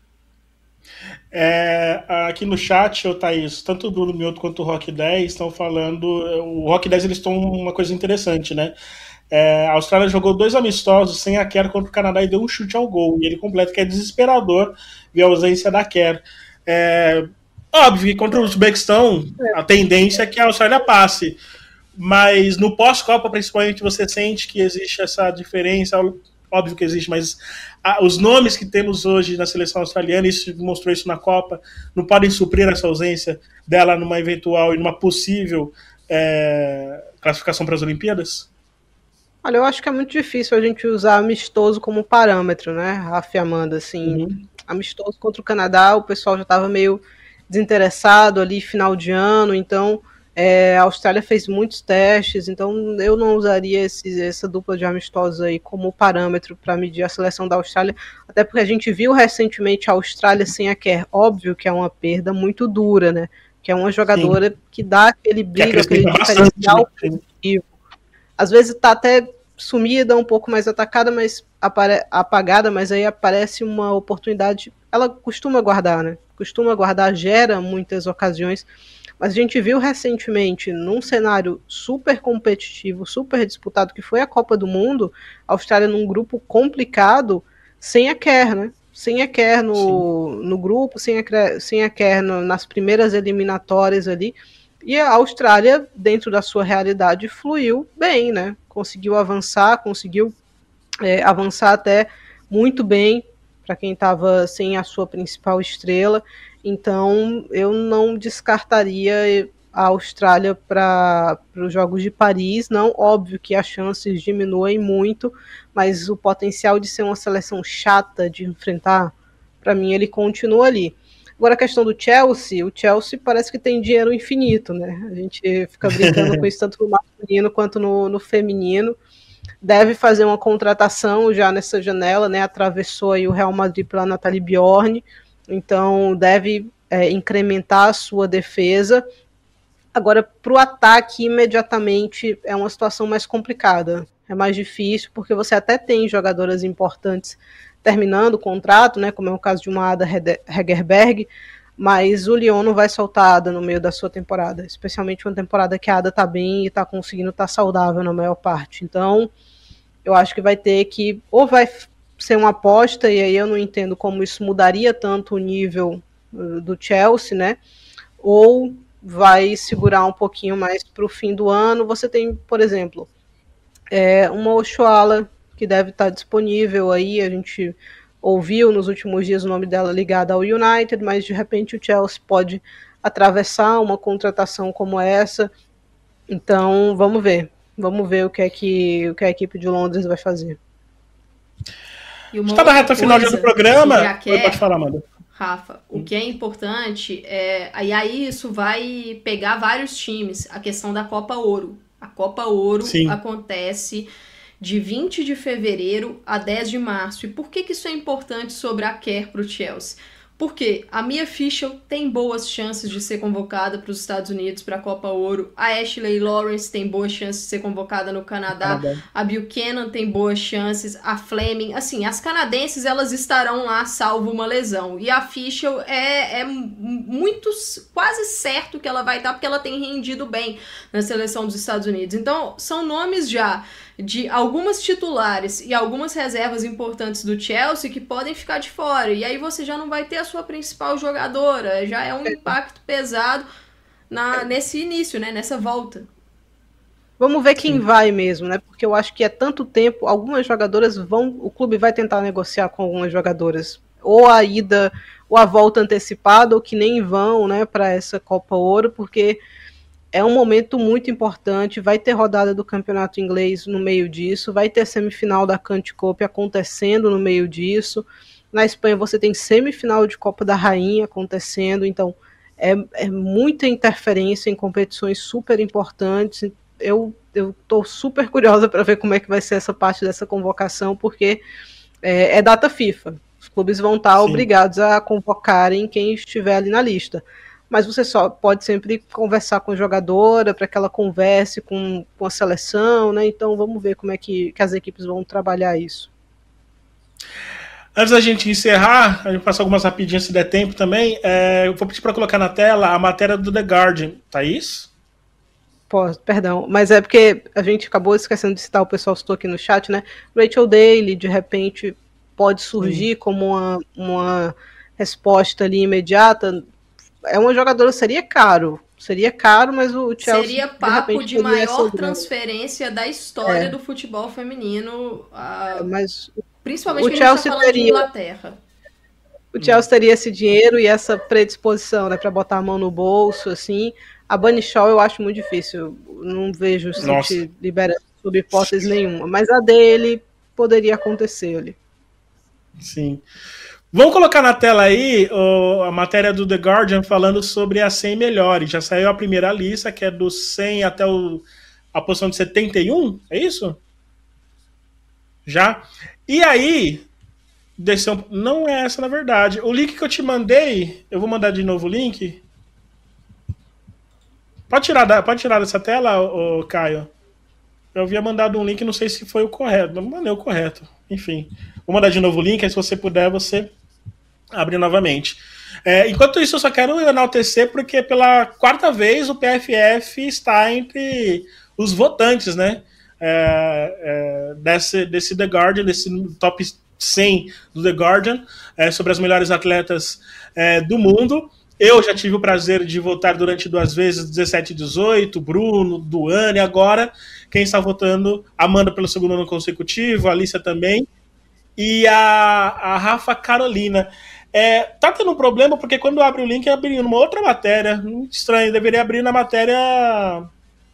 Aqui no chat, Thaís, tanto o Bruno Mioto quanto o Rock 10 estão falando, o Rock 10 eles estão uma coisa interessante, né? A Austrália jogou 2 amistosos sem a Kerr contra o Canadá e deu um chute ao gol. E ele completa que é desesperador ver a ausência da Kerr. Óbvio que contra o Uzbequistão a tendência é que a Austrália passe. Mas no pós-Copa, principalmente, você sente que existe essa diferença. Óbvio que existe, mas os nomes que temos hoje na seleção australiana, isso mostrou isso na Copa, não podem suprir essa ausência dela numa eventual e numa possível classificação para as Olimpíadas? Olha, eu acho que é muito difícil a gente usar amistoso como parâmetro, né, Rafa e Amanda, assim, amistoso contra o Canadá, o pessoal já estava meio desinteressado ali, final de ano, então a Austrália fez muitos testes, então eu não usaria essa dupla de amistosos aí como parâmetro para medir a seleção da Austrália, até porque a gente viu recentemente a Austrália sem a Kerr, óbvio que é uma perda muito dura, né, que é uma jogadora Sim. que dá aquele brilho, aquele diferencial positivo. Às vezes está até sumida, um pouco mais atacada, mas apagada, mas aí aparece uma oportunidade. Ela costuma guardar, né? Costuma guardar, gera muitas ocasiões. Mas a gente viu recentemente, num cenário super competitivo, super disputado, que foi a Copa do Mundo, a Austrália num grupo complicado, sem a Kerr, né? Sem a Kerr no grupo, sem a Kerr nas primeiras eliminatórias ali. E a Austrália, dentro da sua realidade, fluiu bem, né? Conseguiu avançar até muito bem para quem estava sem a sua principal estrela. Então, eu não descartaria a Austrália para os Jogos de Paris. Não, óbvio que as chances diminuem muito, mas o potencial de ser uma seleção chata de enfrentar, para mim, ele continua ali. Agora a questão do Chelsea, o Chelsea parece que tem dinheiro infinito, né? A gente fica brincando com isso tanto no masculino quanto no feminino. Deve fazer uma contratação já nessa janela, né? Atravessou aí o Real Madrid pela Nathalie Bjorn, então deve incrementar a sua defesa. Agora, para o ataque, imediatamente é uma situação mais complicada. É mais difícil, porque você até tem jogadoras importantes terminando o contrato, né, como é o caso de uma Ada Hegerberg, mas o Lyon não vai soltar a Ada no meio da sua temporada, especialmente uma temporada que a Ada está bem e está conseguindo estar saudável na maior parte. Então, eu acho que vai ter que, ou vai ser uma aposta, e aí eu não entendo como isso mudaria tanto o nível do Chelsea, né, ou vai segurar um pouquinho mais para o fim do ano. Você tem, por exemplo, uma Oshoala, que deve estar disponível aí, a gente ouviu nos últimos dias o nome dela ligado ao United, mas de repente o Chelsea pode atravessar uma contratação como essa, então vamos ver o que a equipe de Londres vai fazer. Está na reta final do programa, pode falar, Amanda. Rafa, o que é importante e aí isso vai pegar vários times, a questão da Copa Ouro. A Copa Ouro Sim. acontece de 20 de fevereiro a 10 de março. E por que isso é importante sobre a Kerr para o Chelsea? Porque a Mia Fishel tem boas chances de ser convocada para os Estados Unidos para a Copa Ouro. A Ashley Lawrence tem boas chances de ser convocada no Canadá. A Buchanan tem boas chances. A Fleming, assim, as canadenses elas estarão lá salvo uma lesão. E a Fishel é muito, quase certo que ela vai estar porque ela tem rendido bem na seleção dos Estados Unidos. Então, são nomes já de algumas titulares e algumas reservas importantes do Chelsea que podem ficar de fora. E aí você já não vai ter a sua principal jogadora. Já é um impacto pesado nesse início, né? Nessa volta. Vamos ver quem vai mesmo, né? Porque eu acho que é tanto tempo, algumas jogadoras o clube vai tentar negociar com algumas jogadoras. Ou a ida, ou a volta antecipada, ou que nem vão, né, para essa Copa Ouro, porque é um momento muito importante, vai ter rodada do campeonato inglês no meio disso, vai ter semifinal da Canty Cup acontecendo no meio disso. Na Espanha você tem semifinal de Copa da Rainha acontecendo, então é muita interferência em competições super importantes. Eu estou super curiosa para ver como é que vai ser essa parte dessa convocação, porque é data FIFA. Os clubes vão estar obrigados a convocarem quem estiver ali na lista. Mas você só pode sempre conversar com a jogadora para que ela converse com a seleção, né? Então vamos ver como é que as equipes vão trabalhar isso. Antes da gente encerrar, a gente passa algumas rapidinhas se der tempo também. Eu vou pedir para colocar na tela a matéria do The Guardian. Thaís? Perdão, mas é porque a gente acabou esquecendo de citar, o pessoal citou aqui no chat, né? Rachel Daly, de repente, pode surgir como uma resposta ali imediata. É uma jogadora, seria caro, mas o Chelsea... Seria papo de maior transferência da história do futebol feminino, mas principalmente que a gente está falando de Inglaterra. O Chelsea teria esse dinheiro e essa predisposição, né, para botar a mão no bolso, assim. A Bunny Shaw eu acho muito difícil, não vejo o City liberando sob hipótese nenhuma, mas a dele poderia acontecer ali. Sim. Vamos colocar na tela aí a matéria do The Guardian falando sobre as 100 melhores. Já saiu a primeira lista, que é dos 100 até a posição de 71, é isso? Já? E aí, não é essa na verdade. O link que eu te mandei, eu vou mandar de novo o link. Pode tirar dessa tela, Caio? Eu havia mandado um link, não sei se foi o correto. Não mandei o correto. Enfim, vou mandar de novo o link, aí se você puder, você abre novamente. Enquanto isso, eu só quero enaltecer porque pela quarta vez o PFF está entre os votantes, né? Desse The Guardian, desse top 100 do The Guardian, sobre as melhores atletas do mundo. Eu já tive o prazer de votar durante 2 vezes, 17 e 18, Bruno, Duane, agora quem está votando, Amanda pelo segundo ano consecutivo, a Alicia também, e a Rafa Carolina. Tá tendo um problema porque quando abre o link, abre numa outra matéria, muito estranho, deveria abrir na matéria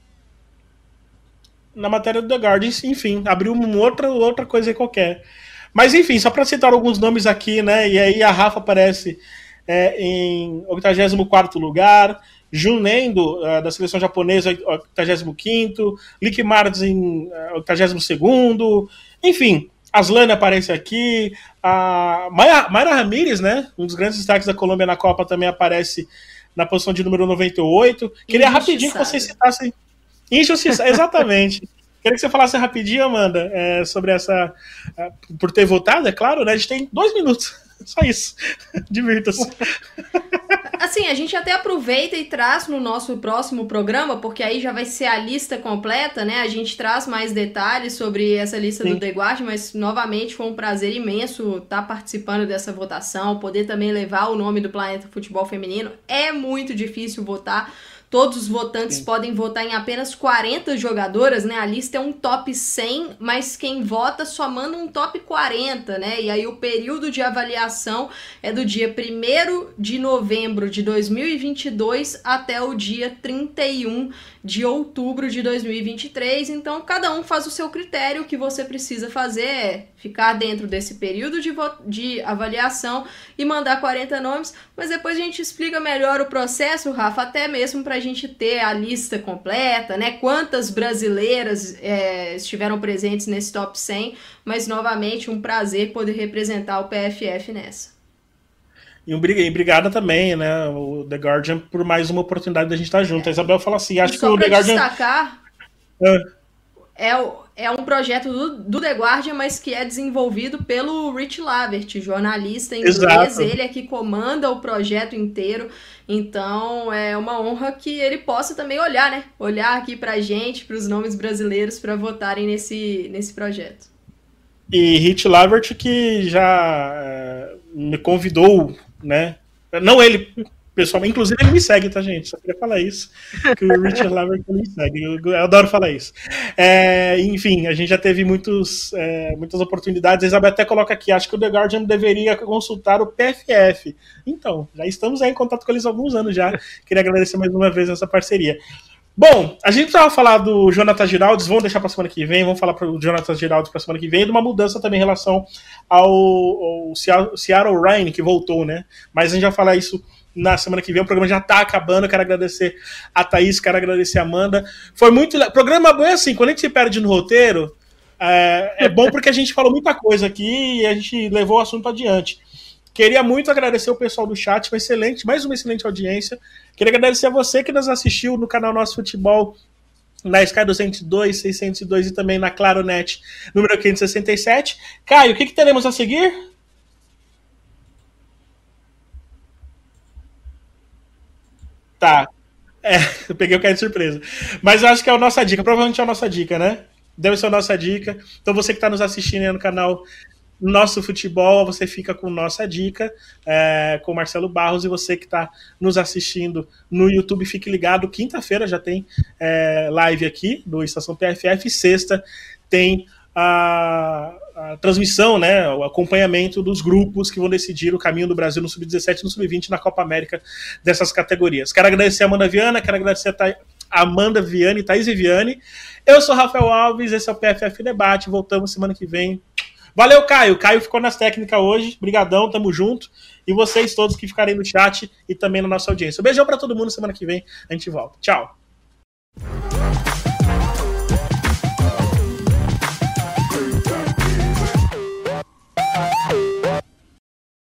do The Guardian, enfim, abriu uma outra coisa qualquer. Mas enfim, só para citar alguns nomes aqui, né, e aí a Rafa aparece em 84º lugar, Jun Nendo, da seleção japonesa, 85º, Lick Martins em 82º, enfim, Aslane aparece aqui, a Mayra Ramírez, né, um dos grandes destaques da Colômbia na Copa, também aparece na posição de número 98. Queria rapidinho que vocês citassem... Exatamente. Queria que você falasse rapidinho, Amanda, sobre essa... por ter votado, é claro, né, a gente tem 2 minutos. Só isso. Divirta-se. Assim, a gente até aproveita e traz no nosso próximo programa, porque aí já vai ser a lista completa, né? A gente traz mais detalhes sobre essa lista do The Guardian, mas novamente foi um prazer imenso estar participando dessa votação, poder também levar o nome do Planeta Futebol Feminino. É muito difícil votar. Todos os votantes podem votar em apenas 40 jogadoras, né? A lista é um top 100, mas quem vota só manda um top 40, né? E aí o período de avaliação é do dia 1º de novembro de 2022 até o dia 31 de outubro de 2023. Então, cada um faz o seu critério. O que você precisa fazer é ficar dentro desse período de avaliação e mandar 40 nomes, mas depois a gente explica melhor o processo, Rafa, até mesmo para a gente ter a lista completa, né? Quantas brasileiras estiveram presentes nesse top 100, mas novamente um prazer poder representar o PFF nessa. E obrigada também, né, o The Guardian, por mais uma oportunidade da gente estar junto. A Isabel fala assim, acho que o The Guardian... destacar, é um projeto do The Guardian, mas que é desenvolvido pelo Rich Lavert, jornalista inglês. Exato. Ele é que comanda o projeto inteiro. Então é uma honra que ele possa também olhar, né? Olhar aqui pra gente, pros nomes brasileiros, para votarem nesse projeto. E Rich Lavert que já me convidou, né? Não ele pessoalmente, inclusive ele me segue, tá, gente? Só queria falar isso, que o Rich Lavert me segue. Eu adoro falar isso. Enfim, a gente já teve muitas oportunidades. A Isabel até coloca aqui, acho que o The Guardian deveria consultar o PFF. Então, já estamos aí em contato com eles há alguns anos já. Queria agradecer mais uma vez essa parceria. Bom, a gente precisava falar do Jonathan Giraldes, vamos deixar para a semana que vem, vamos falar para o Jonathan Giraldes para a semana que vem, e de uma mudança também em relação ao Seattle Reign, que voltou, né? Mas a gente vai falar isso na semana que vem. O programa já está acabando. Eu quero agradecer a Thaís, quero agradecer a Amanda. Foi muito. O programa bom é assim, quando a gente se perde no roteiro, é bom porque a gente falou muita coisa aqui e a gente levou o assunto adiante. Queria muito agradecer o pessoal do chat, mais uma excelente audiência. Queria agradecer a você que nos assistiu no canal Nosso Futebol, na Sky 202, 602 e também na Claronet, número 567. Caio, o que teremos a seguir? Tá. Eu peguei o Caio de surpresa. Mas eu acho que é a nossa dica, provavelmente é a nossa dica, né? Deve ser a nossa dica. Então você que está nos assistindo aí no canal Nosso Futebol, você fica com nossa dica, com o Marcelo Barros, e você que está nos assistindo no YouTube, fique ligado, quinta-feira já tem live aqui do Estação PFF, e sexta tem a transmissão, né, o acompanhamento dos grupos que vão decidir o caminho do Brasil no Sub-17 e no Sub-20 na Copa América dessas categorias. Quero agradecer a Amanda Viana, quero agradecer a Amanda Viane, Thaís Viviane. Eu sou Rafael Alves, esse é o PFF Debate, voltamos semana que vem. Valeu, Caio. Caio ficou nas técnicas hoje. Brigadão, tamo junto. E vocês todos que ficarem no chat e também na nossa audiência. Um beijão pra todo mundo. Semana que vem a gente volta. Tchau.